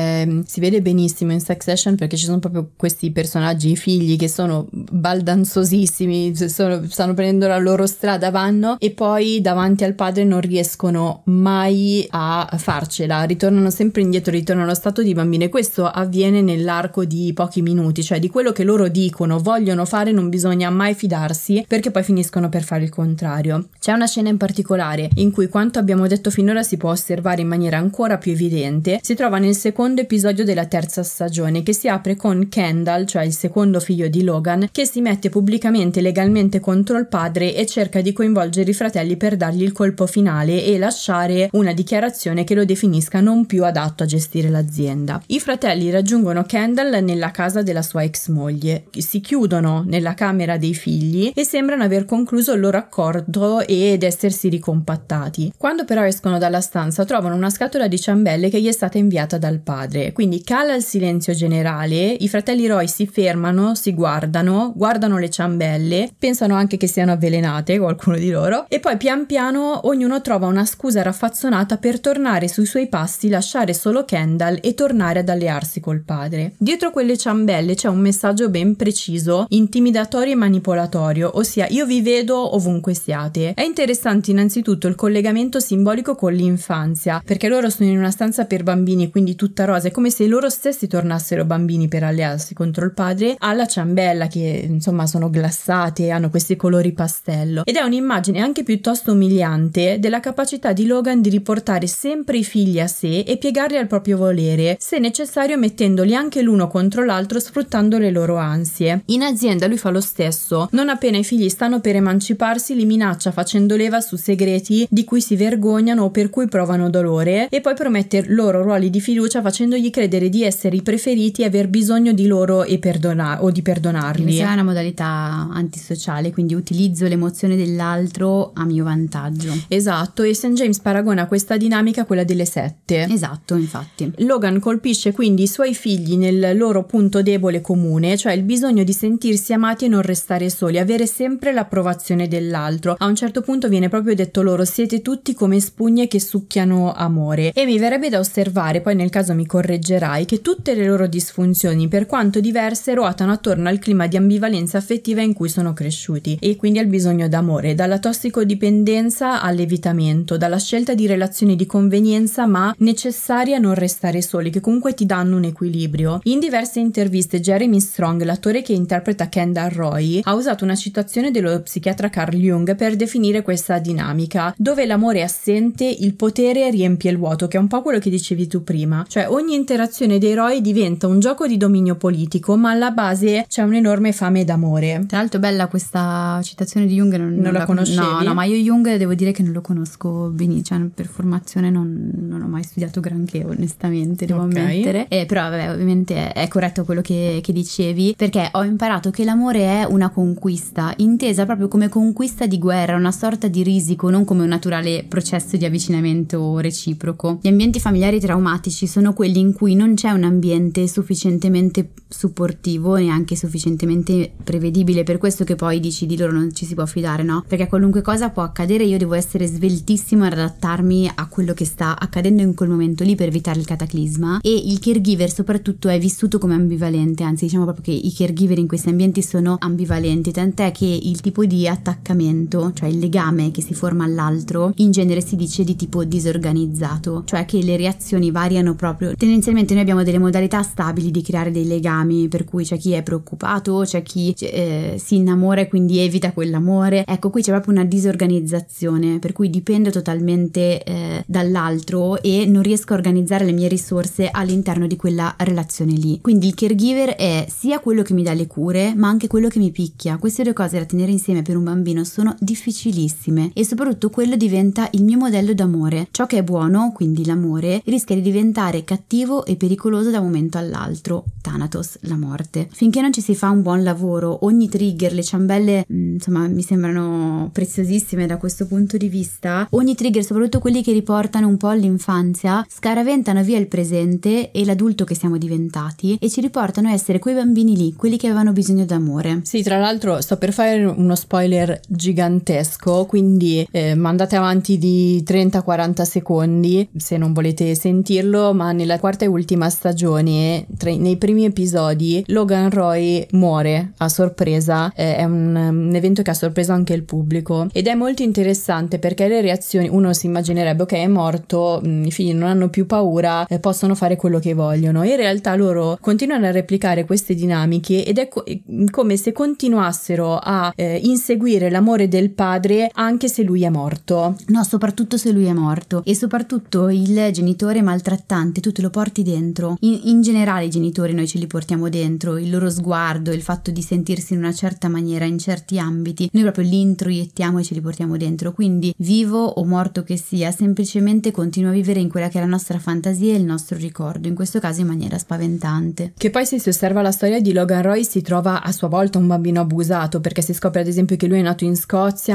si vede benissimo in Succession, perché ci sono proprio questi personaggi, i figli, che sono baldanzosissimi, stanno prendendo la loro strada, vanno, e poi davanti al padre non riescono mai a farcela, ritornano sempre indietro, ritornano allo stato di bambine. Questo avviene nell'arco di pochi minuti, cioè di quello che loro dicono, vogliono fare, non bisogna mai fidarsi, perché poi finiscono per fare il contrario. C'è una scena in particolare in cui quanto abbiamo detto finora si può osservare in maniera ancora più evidente. Si trova nel secondo episodio della 3ª stagione, che si apre con Kendall, cioè il secondo figlio di Logan, che si mette pubblicamente legalmente contro il padre e cerca di coinvolgere i fratelli per dargli il colpo finale e lasciare una dichiarazione che lo definisca non più adatto a gestire l'azienda. I fratelli raggiungono Kendall nella casa della sua ex moglie, si chiudono nella camera dei figli e sembrano aver concluso il loro accordo loro ed essersi ricompattati. Quando però escono dalla stanza trovano una scatola di ciambelle che gli è stata inviata dal padre, quindi cala il silenzio generale, i fratelli Roy si fermano, si guardano le ciambelle, pensano anche che siano avvelenate, qualcuno di loro, e poi pian piano ognuno trova una scusa raffazzonata per tornare sui suoi passi, lasciare solo Kendall e tornare ad allearsi col padre. Dietro quelle ciambelle c'è un messaggio ben preciso, intimidatorio e manipolatorio, ossia io vi vedo ovunque siate. È interessante innanzitutto il collegamento simbolico con l'infanzia, perché loro sono in una stanza per bambini, quindi tutta rosa, è come se loro stessi tornassero bambini per allearsi contro il padre, alla ciambella che insomma sono glassate, hanno questi colori pastello, ed è un'immagine anche piuttosto umiliante della capacità di Logan di riportare sempre i figli a sé e piegarli al proprio volere, se necessario mettendoli anche l'uno contro l'altro, sfruttando le loro ansie. In azienda lui fa lo stesso, non appena i figli stanno per emanciparsi li minaccia facendo leva su segreti di cui si vergognano o per cui provano dolore, e poi promette loro ruoli di fiducia facendogli credere di essere i preferiti e aver bisogno di loro e di perdonarli. Questa è una modalità antisociale, quindi utilizzo l'emozione dell'altro a mio vantaggio. Esatto, e St. James paragona questa dinamica a quella delle sette. Esatto, infatti. Logan colpisce quindi i suoi figli nel loro punto debole comune, cioè il bisogno di sentirsi amati e non restare soli, avere sempre l'approvazione dell'altro. A un certo punto viene proprio detto loro: siete tutti come spugne che succhiano amore. E mi verrebbe da osservare, poi nel caso mi correggerai, che tutte le loro disfunzioni, per quanto diverse, ruotano attorno al clima di ambivalenza affettiva in cui sono cresciuti, e quindi al bisogno d'amore, dalla tossicodipendenza all'evitamento, dalla scelta di relazioni di convenienza ma necessarie a non restare soli, che comunque ti danno un equilibrio. In diverse interviste Jeremy Strong, l'attore che interpreta Kendall Roy, ha usato una citazione dello psichiatra Carl Jung per definire questa dinamica: dove l'amore è assente, il potere riempie il vuoto, che è un po' quello che dicevi tu prima, cioè ogni interazione dei Roy diventa un gioco di dominio politico, ma alla base c'è un'enorme fame d'amore. Tra l'altro bella questa citazione di Jung, non la conoscevi? No, ma io Jung devo dire che non lo conosco benissimo, cioè per formazione non ho mai studiato granché, onestamente, devo ammettere. Però vabbè, ovviamente è corretto quello che dicevi, perché ho imparato che l'amore è una conquista, intesa proprio come conquista di guerra, una sorta di risico, non come un naturale processo di avvicinamento reciproco. Gli ambienti familiari traumatici sono quelli in cui non c'è un ambiente sufficientemente supportivo, neanche sufficientemente prevedibile, per questo che poi dici di loro non ci si può fidare, no? Perché qualunque cosa può accadere, io devo essere sveltissimo ad adattarmi a quello che sta accadendo in quel momento lì per evitare il cataclisma. E il caregiver soprattutto è vissuto come ambivalente, anzi diciamo proprio che i caregiver in questi ambienti sono ambivalenti, tant'è che il tipo di attaccamento, cioè il legame che si forma all'altro, in genere si dice di tipo disorganizzato, cioè che le reazioni variano proprio. Tendenzialmente noi abbiamo delle modalità stabili di creare dei legami, per cui c'è chi è preoccupato, c'è chi si innamora e quindi evita quell'amore. Ecco, qui c'è proprio una disorganizzazione, per cui dipendo totalmente dall'altro e non riesco a organizzare le mie risorse all'interno di quella relazione lì. Quindi il caregiver è sia quello che mi dà le cure, ma anche quello che mi picchia. Queste due cose da tenere insieme per un bambino sono difficilissime, e soprattutto quello diventa il mio modello d'amore. Ciò che è buono, quindi l'amore, rischia di diventare cattivo e pericoloso da un momento all'altro. Thanatos, la morte. Finché non ci si fa un buon lavoro, ogni trigger, le ciambelle insomma mi sembrano preziosissime da questo punto di vista. Ogni trigger, soprattutto quelli che riportano un po' all'infanzia, scaraventano via il presente e l'adulto che siamo diventati e ci riportano a essere quei bambini lì, quelli che avevano bisogno d'amore. Sì, tra l'altro sto per fare uno spoiler gigantesco, quindi mandate avanti di 30-40 secondi se non volete sentirlo, ma nella quarta e ultima stagione, nei primi episodi, Logan Roy muore a sorpresa. È un evento che ha sorpreso anche il pubblico ed è molto interessante perché le reazioni, uno si immaginerebbe ok, è morto, i figli non hanno più paura, possono fare quello che vogliono. In realtà loro continuano a replicare queste dinamiche ed è come se continuassero a inseguire l'amore del padre anche se lui è morto. No, soprattutto se lui è morto, e soprattutto il genitore maltrattante tu te lo porti dentro. In generale i genitori noi ce li portiamo dentro, il loro sguardo, il fatto di sentirsi in una certa maniera in certi ambiti, noi proprio li introiettiamo e ce li portiamo dentro. Quindi vivo o morto che sia, semplicemente continuo a vivere in quella che è la nostra fantasia e il nostro ricordo, in questo caso in maniera spaventante. Che poi, se si osserva la storia di Logan Roy, si trova a sua volta un bambino abusato, perché si scopre ad esempio che lui è nato in Scozia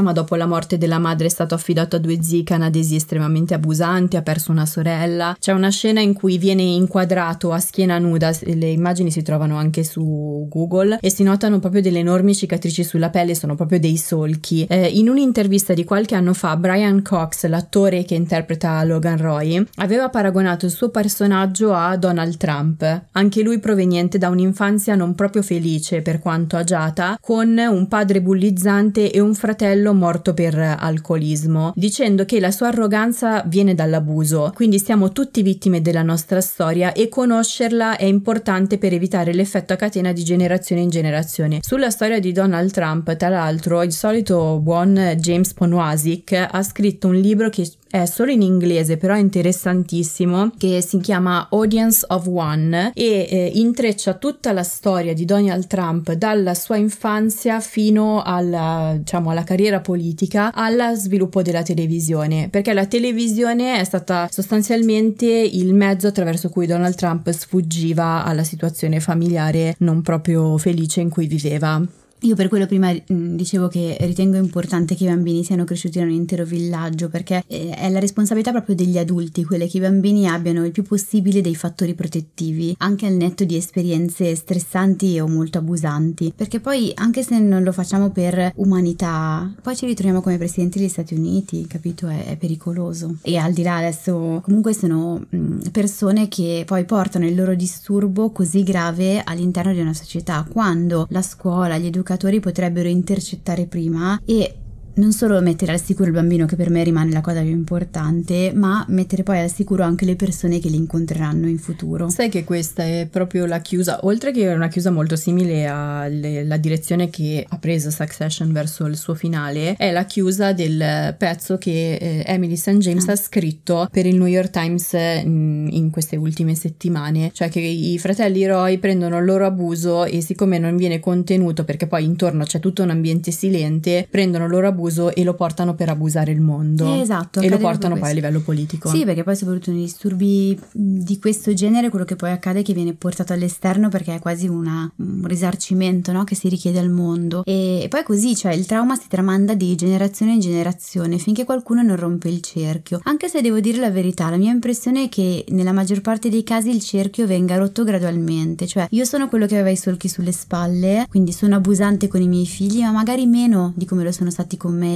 ma dopo la morte della madre è stato affidato a 2 zii canadesi estremamente abusanti, ha perso una sorella. C'è una scena in cui viene inquadrato a schiena nuda, le immagini si trovano anche su Google e si notano proprio delle enormi cicatrici sulla pelle, sono proprio dei solchi. In un'intervista di qualche anno fa, Brian Cox, l'attore che interpreta Logan Roy, aveva paragonato il suo personaggio a Donald Trump, anche lui proveniente da un'infanzia non proprio felice per quanto agiata, con un padre bullizzante e un fratello morto per alcolismo, dicendo che la sua arroganza viene dall'abuso, quindi siamo tutti vittime della nostra storia e conoscerla è importante per evitare l'effetto a catena di generazione in generazione. Sulla storia di Donald Trump, tra l'altro, il solito buon James Poniewozik ha scritto un libro che è solo in inglese, però è interessantissimo, che si chiama Audience of One e intreccia tutta la storia di Donald Trump dalla sua infanzia fino alla, diciamo, alla carriera politica, allo sviluppo della televisione, perché la televisione è stata sostanzialmente il mezzo attraverso cui Donald Trump sfuggiva alla situazione familiare non proprio felice in cui viveva. Io per quello prima dicevo che ritengo importante che i bambini siano cresciuti in un intero villaggio, perché è la responsabilità proprio degli adulti, quelle che i bambini abbiano il più possibile dei fattori protettivi, anche al netto di esperienze stressanti o molto abusanti, perché poi anche se non lo facciamo per umanità, poi ci ritroviamo come presidenti degli Stati Uniti, capito? È pericoloso. E al di là adesso comunque sono persone che poi portano il loro disturbo così grave all'interno di una società, quando la scuola, gli educatori potrebbero intercettare prima e non solo mettere al sicuro il bambino, che per me rimane la cosa più importante, ma mettere poi al sicuro anche le persone che li incontreranno in futuro. Sai che questa è proprio la chiusa, oltre che una chiusa molto simile alla direzione che ha preso Succession verso il suo finale, è la chiusa del pezzo che Emily St. James ha scritto per il New York Times in queste ultime settimane, cioè che i fratelli Roy prendono il loro abuso e siccome non viene contenuto, perché poi intorno c'è tutto un ambiente silente, prendono il loro abuso e lo portano per abusare il mondo. Esatto, e lo portano poi a livello politico. Sì, perché poi soprattutto nei disturbi di questo genere quello che poi accade è che viene portato all'esterno, perché è quasi un risarcimento, no? Che si richiede al mondo e poi così, cioè il trauma si tramanda di generazione in generazione finché qualcuno non rompe il cerchio. Anche se devo dire la verità, la mia impressione è che nella maggior parte dei casi il cerchio venga rotto gradualmente, cioè io sono quello che aveva i solchi sulle spalle, quindi sono abusante con i miei figli, ma magari meno di come lo sono stati con me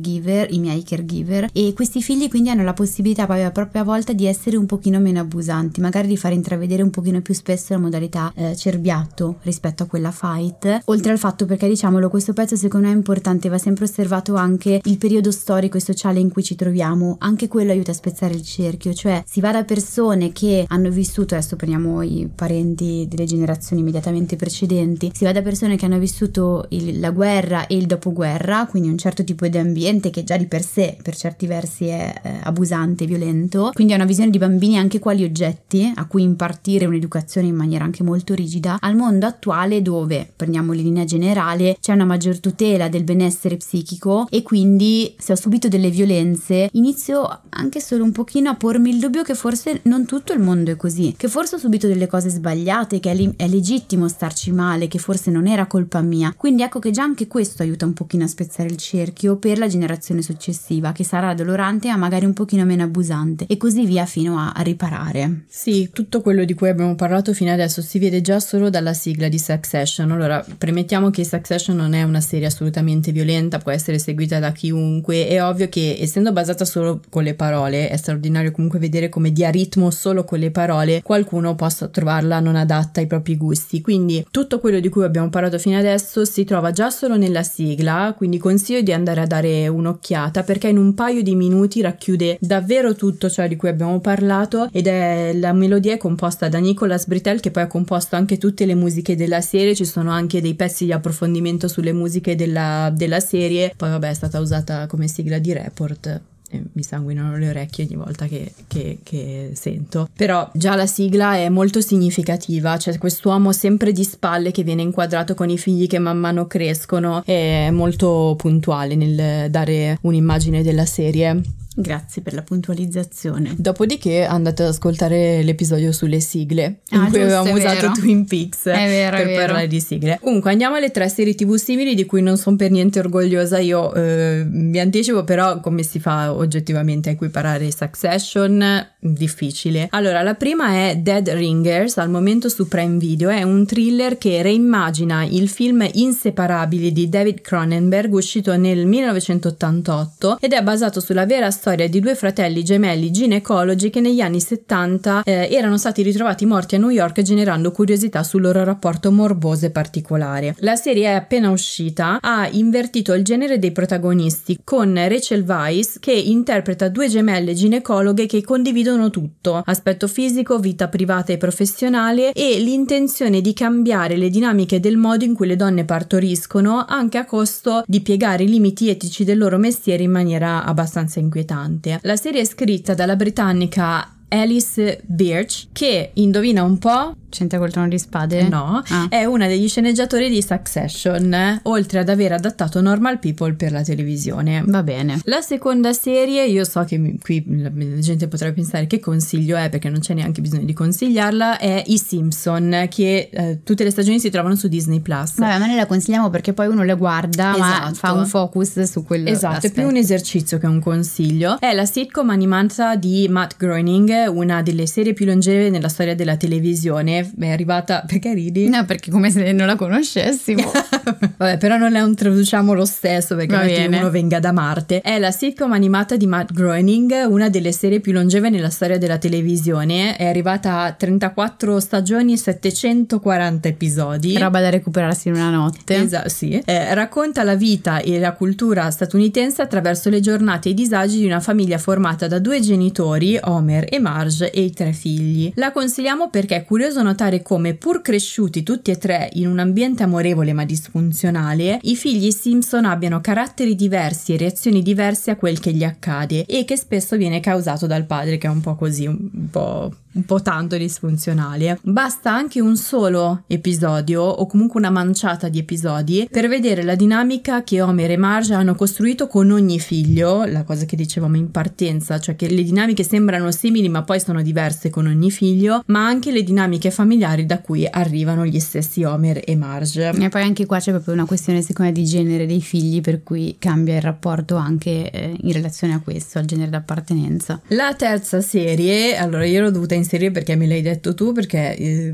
i miei caregiver, e questi figli quindi hanno la possibilità poi a propria volta di essere un pochino meno abusanti, magari di far intravedere un pochino più spesso la modalità cerbiatto rispetto a quella fight. Oltre al fatto, perché diciamolo, questo pezzo secondo me è importante, va sempre osservato anche il periodo storico e sociale in cui ci troviamo, anche quello aiuta a spezzare il cerchio, cioè si va da persone che hanno vissuto, adesso prendiamo i parenti delle generazioni immediatamente precedenti, si va da persone che hanno vissuto la guerra e il dopoguerra, quindi un certo tipo di ambiente che già di per sé per certi versi è abusante, violento, quindi è una visione di bambini anche quali oggetti a cui impartire un'educazione in maniera anche molto rigida, al mondo attuale dove, prendiamo in linea generale, c'è una maggior tutela del benessere psichico e quindi se ho subito delle violenze inizio anche solo un pochino a pormi il dubbio che forse non tutto il mondo è così, che forse ho subito delle cose sbagliate, che è legittimo starci male, che forse non era colpa mia, quindi ecco che già anche questo aiuta un pochino a spezzare il cerchio per la generazione successiva, che sarà dolorante ma magari un pochino meno abusante, e così via fino a riparare. Sì, tutto quello di cui abbiamo parlato fino adesso si vede già solo dalla sigla di Succession. Allora, premettiamo che Succession non è una serie assolutamente violenta, può essere seguita da chiunque, è ovvio che essendo basata solo con le parole è straordinario comunque vedere come dia ritmo solo con le parole qualcuno possa trovarla non adatta ai propri gusti, quindi tutto quello di cui abbiamo parlato fino adesso si trova già solo nella sigla, quindi consiglio di andare a dare un'occhiata perché in un paio di minuti racchiude davvero tutto ciò di cui abbiamo parlato, ed la melodia è composta da Nicholas Britell, che poi ha composto anche tutte le musiche della serie, ci sono anche dei pezzi di approfondimento sulle musiche della serie, poi vabbè è stata usata come sigla di Report. Mi sanguinano le orecchie ogni volta che sento, però già la sigla è molto significativa, c'è quest'uomo sempre di spalle che viene inquadrato con i figli che man mano crescono, è molto puntuale nel dare un'immagine della serie. Grazie per la puntualizzazione. Dopodiché andate ad ascoltare l'episodio sulle sigle in cui avevamo usato Twin Peaks per parlare di sigle. Comunque andiamo alle 3 serie TV simili di cui non sono per niente orgogliosa. Io mi anticipo, però come si fa oggettivamente a equiparare Succession? Difficile. Allora, la prima è Dead Ringers, al momento su Prime Video. È un thriller che reimmagina il film Inseparabili di David Cronenberg, uscito nel 1988, ed è basato sulla vera storia di 2 fratelli gemelli ginecologi che negli anni 70 erano stati ritrovati morti a New York, generando curiosità sul loro rapporto morboso e particolare. La serie è appena uscita, ha invertito il genere dei protagonisti, con Rachel Weisz che interpreta 2 gemelle ginecologhe che condividono tutto: aspetto fisico, vita privata e professionale, e l'intenzione di cambiare le dinamiche del modo in cui le donne partoriscono, anche a costo di piegare i limiti etici del loro mestiere in maniera abbastanza inquietante. La serie è scritta dalla britannica Alice Birch, che, indovina un po', C'entra col Trono di Spade? No, è una degli sceneggiatori di Succession, oltre ad aver adattato Normal People per la televisione. Va bene. La seconda serie, io so che qui la gente potrebbe pensare che consiglio è, perché non c'è neanche bisogno di consigliarla, è I Simpson, che tutte le stagioni si trovano su Disney Plus. Vabbè, ma noi la consigliamo perché poi uno le guarda, ma fa un focus su quello. Esatto, è più un esercizio che un consiglio. È la sitcom animata di Matt Groening, una delle serie più longeve nella storia della televisione. È arrivata, perché ridi? No, perché come se non la conoscessimo. Vabbè, però non la introduciamo lo stesso, perché uno venga da Marte. È la sitcom animata di Matt Groening, una delle serie più longeve nella storia della televisione. È arrivata a 34 stagioni e 740 episodi. Roba da recuperarsi in una notte. Esatto, sì. Racconta la vita e la cultura statunitense attraverso le giornate e i disagi di una famiglia formata da 2 genitori, Homer e Marge, e i 3 figli. La consigliamo perché è curioso notare come, pur cresciuti tutti e 3 in un ambiente amorevole ma disfunzionale, i figli Simpson abbiano caratteri diversi e reazioni diverse a quel che gli accade, e che spesso viene causato dal padre, che è un po' così, un po' tanto disfunzionale. Basta anche un solo episodio, o comunque una manciata di episodi, per vedere la dinamica che Homer e Marge hanno costruito con ogni figlio, la cosa che dicevamo in partenza, cioè che le dinamiche sembrano simili ma poi sono diverse con ogni figlio, ma anche le dinamiche familiari da cui arrivano gli stessi Homer e Marge. E poi anche qua c'è proprio una questione, secondo me, di genere dei figli, per cui cambia il rapporto anche in relazione a questo, al genere d'appartenenza. La terza serie, allora io l'ho dovuta inserire perché me l'hai detto tu, perché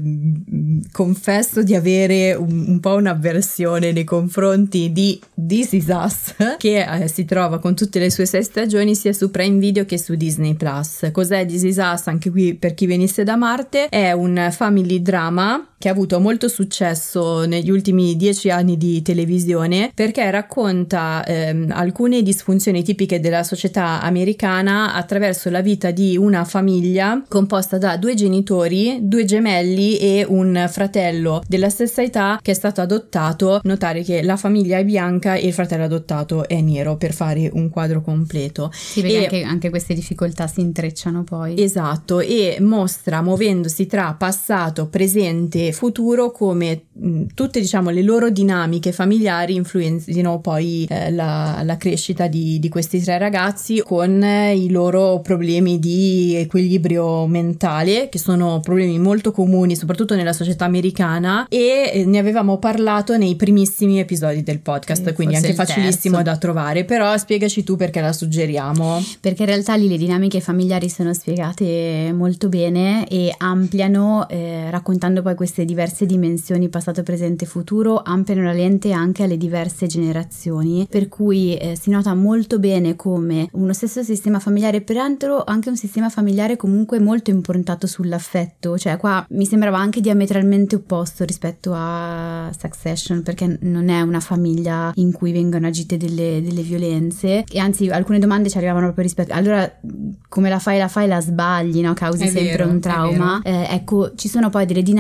confesso di avere un po' un'avversione nei confronti di This Is Us, che si trova con tutte le sue 6 stagioni sia su Prime Video che su Disney Plus. Cos'è This Is Us? Anche qui, per chi venisse da Marte, è un family drama che ha avuto molto successo negli ultimi 10 anni di televisione, perché racconta alcune disfunzioni tipiche della società americana attraverso la vita di una famiglia composta da 2 genitori, 2 gemelli e un fratello della stessa età che è stato adottato. Notare che la famiglia è bianca e il fratello adottato è nero, per fare un quadro completo. Sì, perché anche queste difficoltà si intrecciano poi. Esatto, e mostra, muovendosi tra passato, presente e futuro, come tutte, diciamo, le loro dinamiche familiari influenzino poi la crescita di questi 3 ragazzi, con i loro problemi di equilibrio mentale, che sono problemi molto comuni soprattutto nella società americana, e ne avevamo parlato nei primissimi episodi del podcast, quindi anche facilissimo da trovare. Però spiegaci tu perché la suggeriamo. Perché in realtà lì le dinamiche familiari sono spiegate molto bene e ampliano, raccontando poi queste diverse dimensioni, passato, presente, futuro, ampliano la lente anche alle diverse generazioni, per cui si nota molto bene come uno stesso sistema familiare, peraltro anche un sistema familiare comunque molto improntato sull'affetto. Cioè qua mi sembrava anche diametralmente opposto rispetto a Succession, perché non è una famiglia in cui vengono agite delle violenze, e anzi alcune domande ci arrivavano proprio rispetto, allora come la fai la sbagli, no? Causi sempre un trauma. Ecco, ci sono poi delle dinamiche che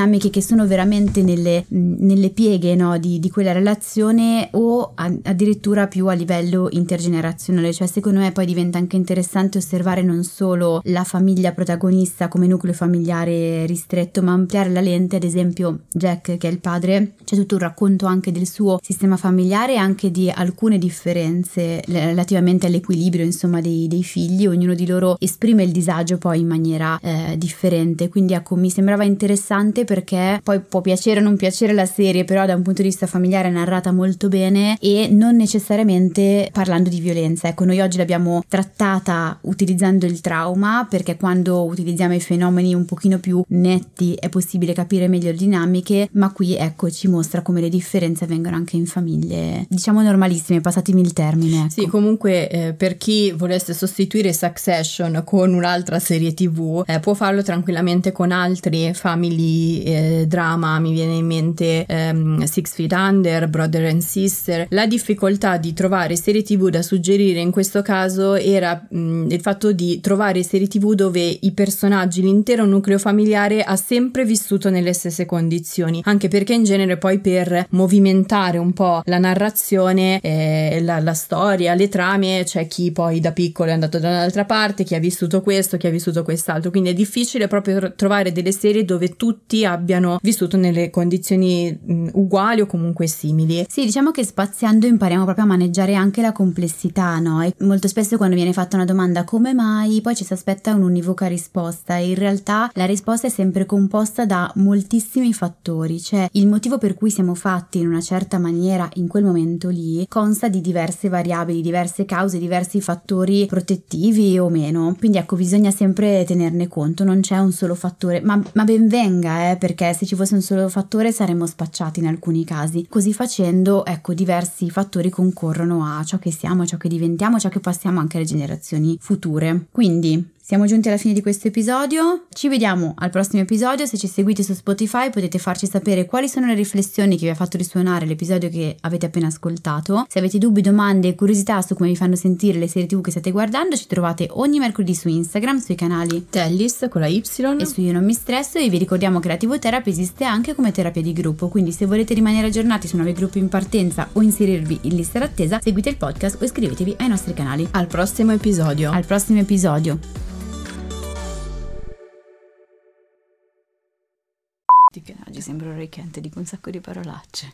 sono veramente nelle pieghe, no, di quella relazione, o addirittura più a livello intergenerazionale. Cioè secondo me poi diventa anche interessante osservare non solo la famiglia protagonista come nucleo familiare ristretto, ma ampliare la lente. Ad esempio Jack, che è il padre, c'è tutto un racconto anche del suo sistema familiare e anche di alcune differenze relativamente all'equilibrio, insomma, dei figli. Ognuno di loro esprime il disagio poi in maniera differente, quindi ecco, mi sembrava interessante, perché poi può piacere o non piacere la serie, però da un punto di vista familiare è narrata molto bene e non necessariamente parlando di violenza. Ecco, noi oggi l'abbiamo trattata utilizzando il trauma, perché quando utilizziamo i fenomeni un pochino più netti è possibile capire meglio le dinamiche, ma qui ecco ci mostra come le differenze avvengono anche in famiglie, diciamo, normalissime, passatemi il termine, ecco. Sì, comunque per chi volesse sostituire Succession con un'altra serie TV, può farlo tranquillamente con altri family drama. Mi viene in mente Six Feet Under, Brother and Sister. La difficoltà di trovare serie TV da suggerire in questo caso era il fatto di trovare serie TV dove i personaggi, l'intero nucleo familiare ha sempre vissuto nelle stesse condizioni, anche perché in genere poi per movimentare un po' la narrazione, la storia, le trame, c'è chi poi da piccolo è andato da un'altra parte, chi ha vissuto questo, chi ha vissuto quest'altro, quindi è difficile proprio trovare delle serie dove tutti abbiano vissuto nelle condizioni uguali o comunque simili. Sì, diciamo che spaziando impariamo proprio a maneggiare anche la complessità, no? E molto spesso quando viene fatta una domanda come mai, poi ci si aspetta un'univoca risposta, e in realtà la risposta è sempre composta da moltissimi fattori. Cioè il motivo per cui siamo fatti in una certa maniera in quel momento lì consta di diverse variabili, diverse cause, diversi fattori protettivi o meno, quindi ecco, bisogna sempre tenerne conto, non c'è un solo fattore, ma ben venga, perché se ci fosse un solo fattore saremmo spacciati in alcuni casi. Così facendo, ecco, diversi fattori concorrono a ciò che siamo, a ciò che diventiamo, a ciò che passiamo anche alle generazioni future. Quindi siamo giunti alla fine di questo episodio, ci vediamo al prossimo episodio. Se ci seguite su Spotify potete farci sapere quali sono le riflessioni che vi ha fatto risuonare l'episodio che avete appena ascoltato. Se avete dubbi, domande e curiosità su come vi fanno sentire le serie TV che state guardando, ci trovate ogni mercoledì su Instagram, sui canali Tellis con la Y e su Io Non Mi Stresso, e vi ricordiamo che la TV Therapy esiste anche come terapia di gruppo, quindi se volete rimanere aggiornati su nuovi gruppi in partenza o inserirvi in lista d'attesa, seguite il podcast o iscrivetevi ai nostri canali. Al prossimo episodio. Al prossimo episodio. Che oggi sembro Ricchente, dico un sacco di parolacce.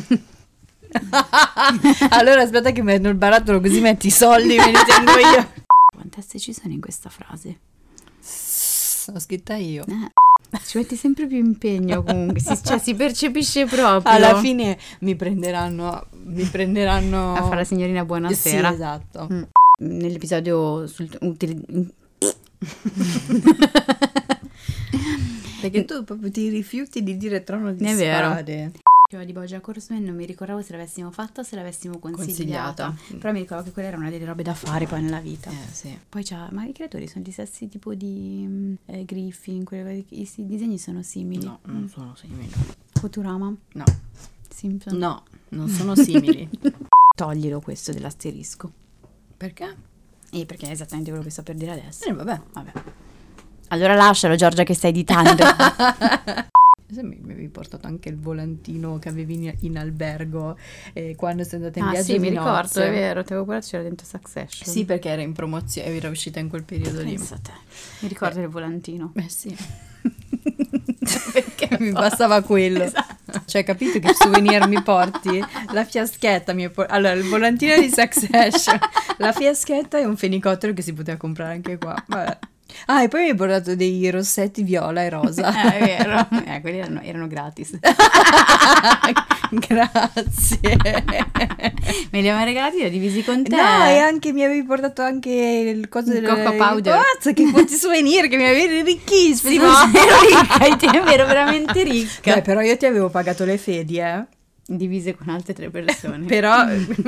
Allora aspetta che metto il barattolo così metti i soldi, me li tengo io. Quante S ci sono in questa frase? L'ho scritta io. Ci metti sempre più impegno comunque, si percepisce proprio. Alla fine mi prenderanno a fare la signorina buonasera. Sì, esatto. Nell'episodio perché tu proprio ti rifiuti di dire Trono di Spade. Io di BoJack Horseman non mi ricordavo se l'avessimo fatta o se l'avessimo consigliata. Però mi ricordo che quella era una delle robe da fare poi nella vita. Sì. Poi ma i creatori sono gli stessi tipo di Griffin, i disegni sono simili. No, non sono simili. Futurama? No. Simpson? No, non sono simili. Toglilo questo dell'asterisco. Perché? Perché è esattamente quello che sto per dire adesso. Vabbè. Allora lascialo, Giorgia, che stai editando. Mi avevi portato anche il volantino che avevi in albergo quando sei andata in viaggio. Sì, mi ricordo, è vero, ti avevo guardato, c'era dentro Succession. Sì, perché era in promozione, era uscita in quel periodo lì. Pensa te. Mi ricordo il volantino. Sì. Perché mi bastava quello. Esatto. Cioè, capito che souvenir mi porti? La fiaschetta allora, il volantino di Succession, la fiaschetta e un fenicottero che si poteva comprare anche qua. Vabbè. E poi mi hai portato dei rossetti viola e rosa. È vero. Quelli erano gratis. Grazie. Me li avevano regalati, li ho divisi con te. No, e anche mi avevi portato anche il coso del cocoa powder. Che fotti souvenir che mi avevi ricchissimo. Sì, ero veramente ricca. Beh, però io ti avevo pagato le fedi, divise con altre 3 persone. Però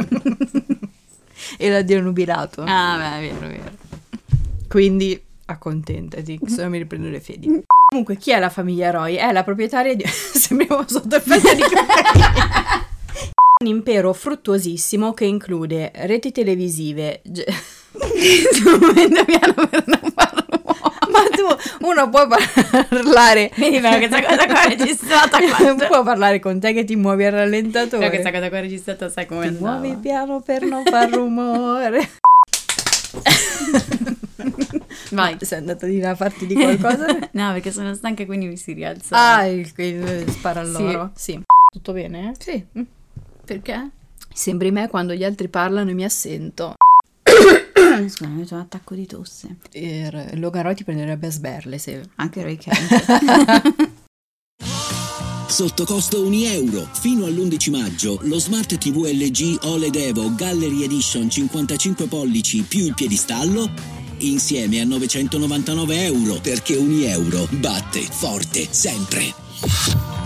e l'addio nubilato. Beh, è vero. Quindi accontentati, se no mi riprendo le fedi. Comunque, chi è la famiglia Roy? È la proprietaria di... Sembriamo sotto effetto di cocaina. Un impero fruttuosissimo che include reti televisive... Sto momento piano per non farlo. Ma tu, uno non può parlare. Vedi, però questa cosa qua è registrata. Non può parlare con te che ti muovi al rallentatore. Però questa cosa qua è registrata, sai come Ti andava. muovi piano per non far rumore. Vai. Sei andata di là a farti di qualcosa? No, perché sono stanca, quindi mi si rialza. Ah, il spara all'oro. Sì. Tutto bene? Sì. Perché? Sembri me quando gli altri parlano e mi assento. Scusa, mi ho avuto un attacco di tosse. Logan Roy ti prenderebbe a sberle se... Anche Ray Kent. Sotto costo €1. Fino all'11 maggio lo Smart TV LG OLED Evo Gallery Edition 55 pollici più il piedistallo insieme a €999, perché €1 batte forte sempre.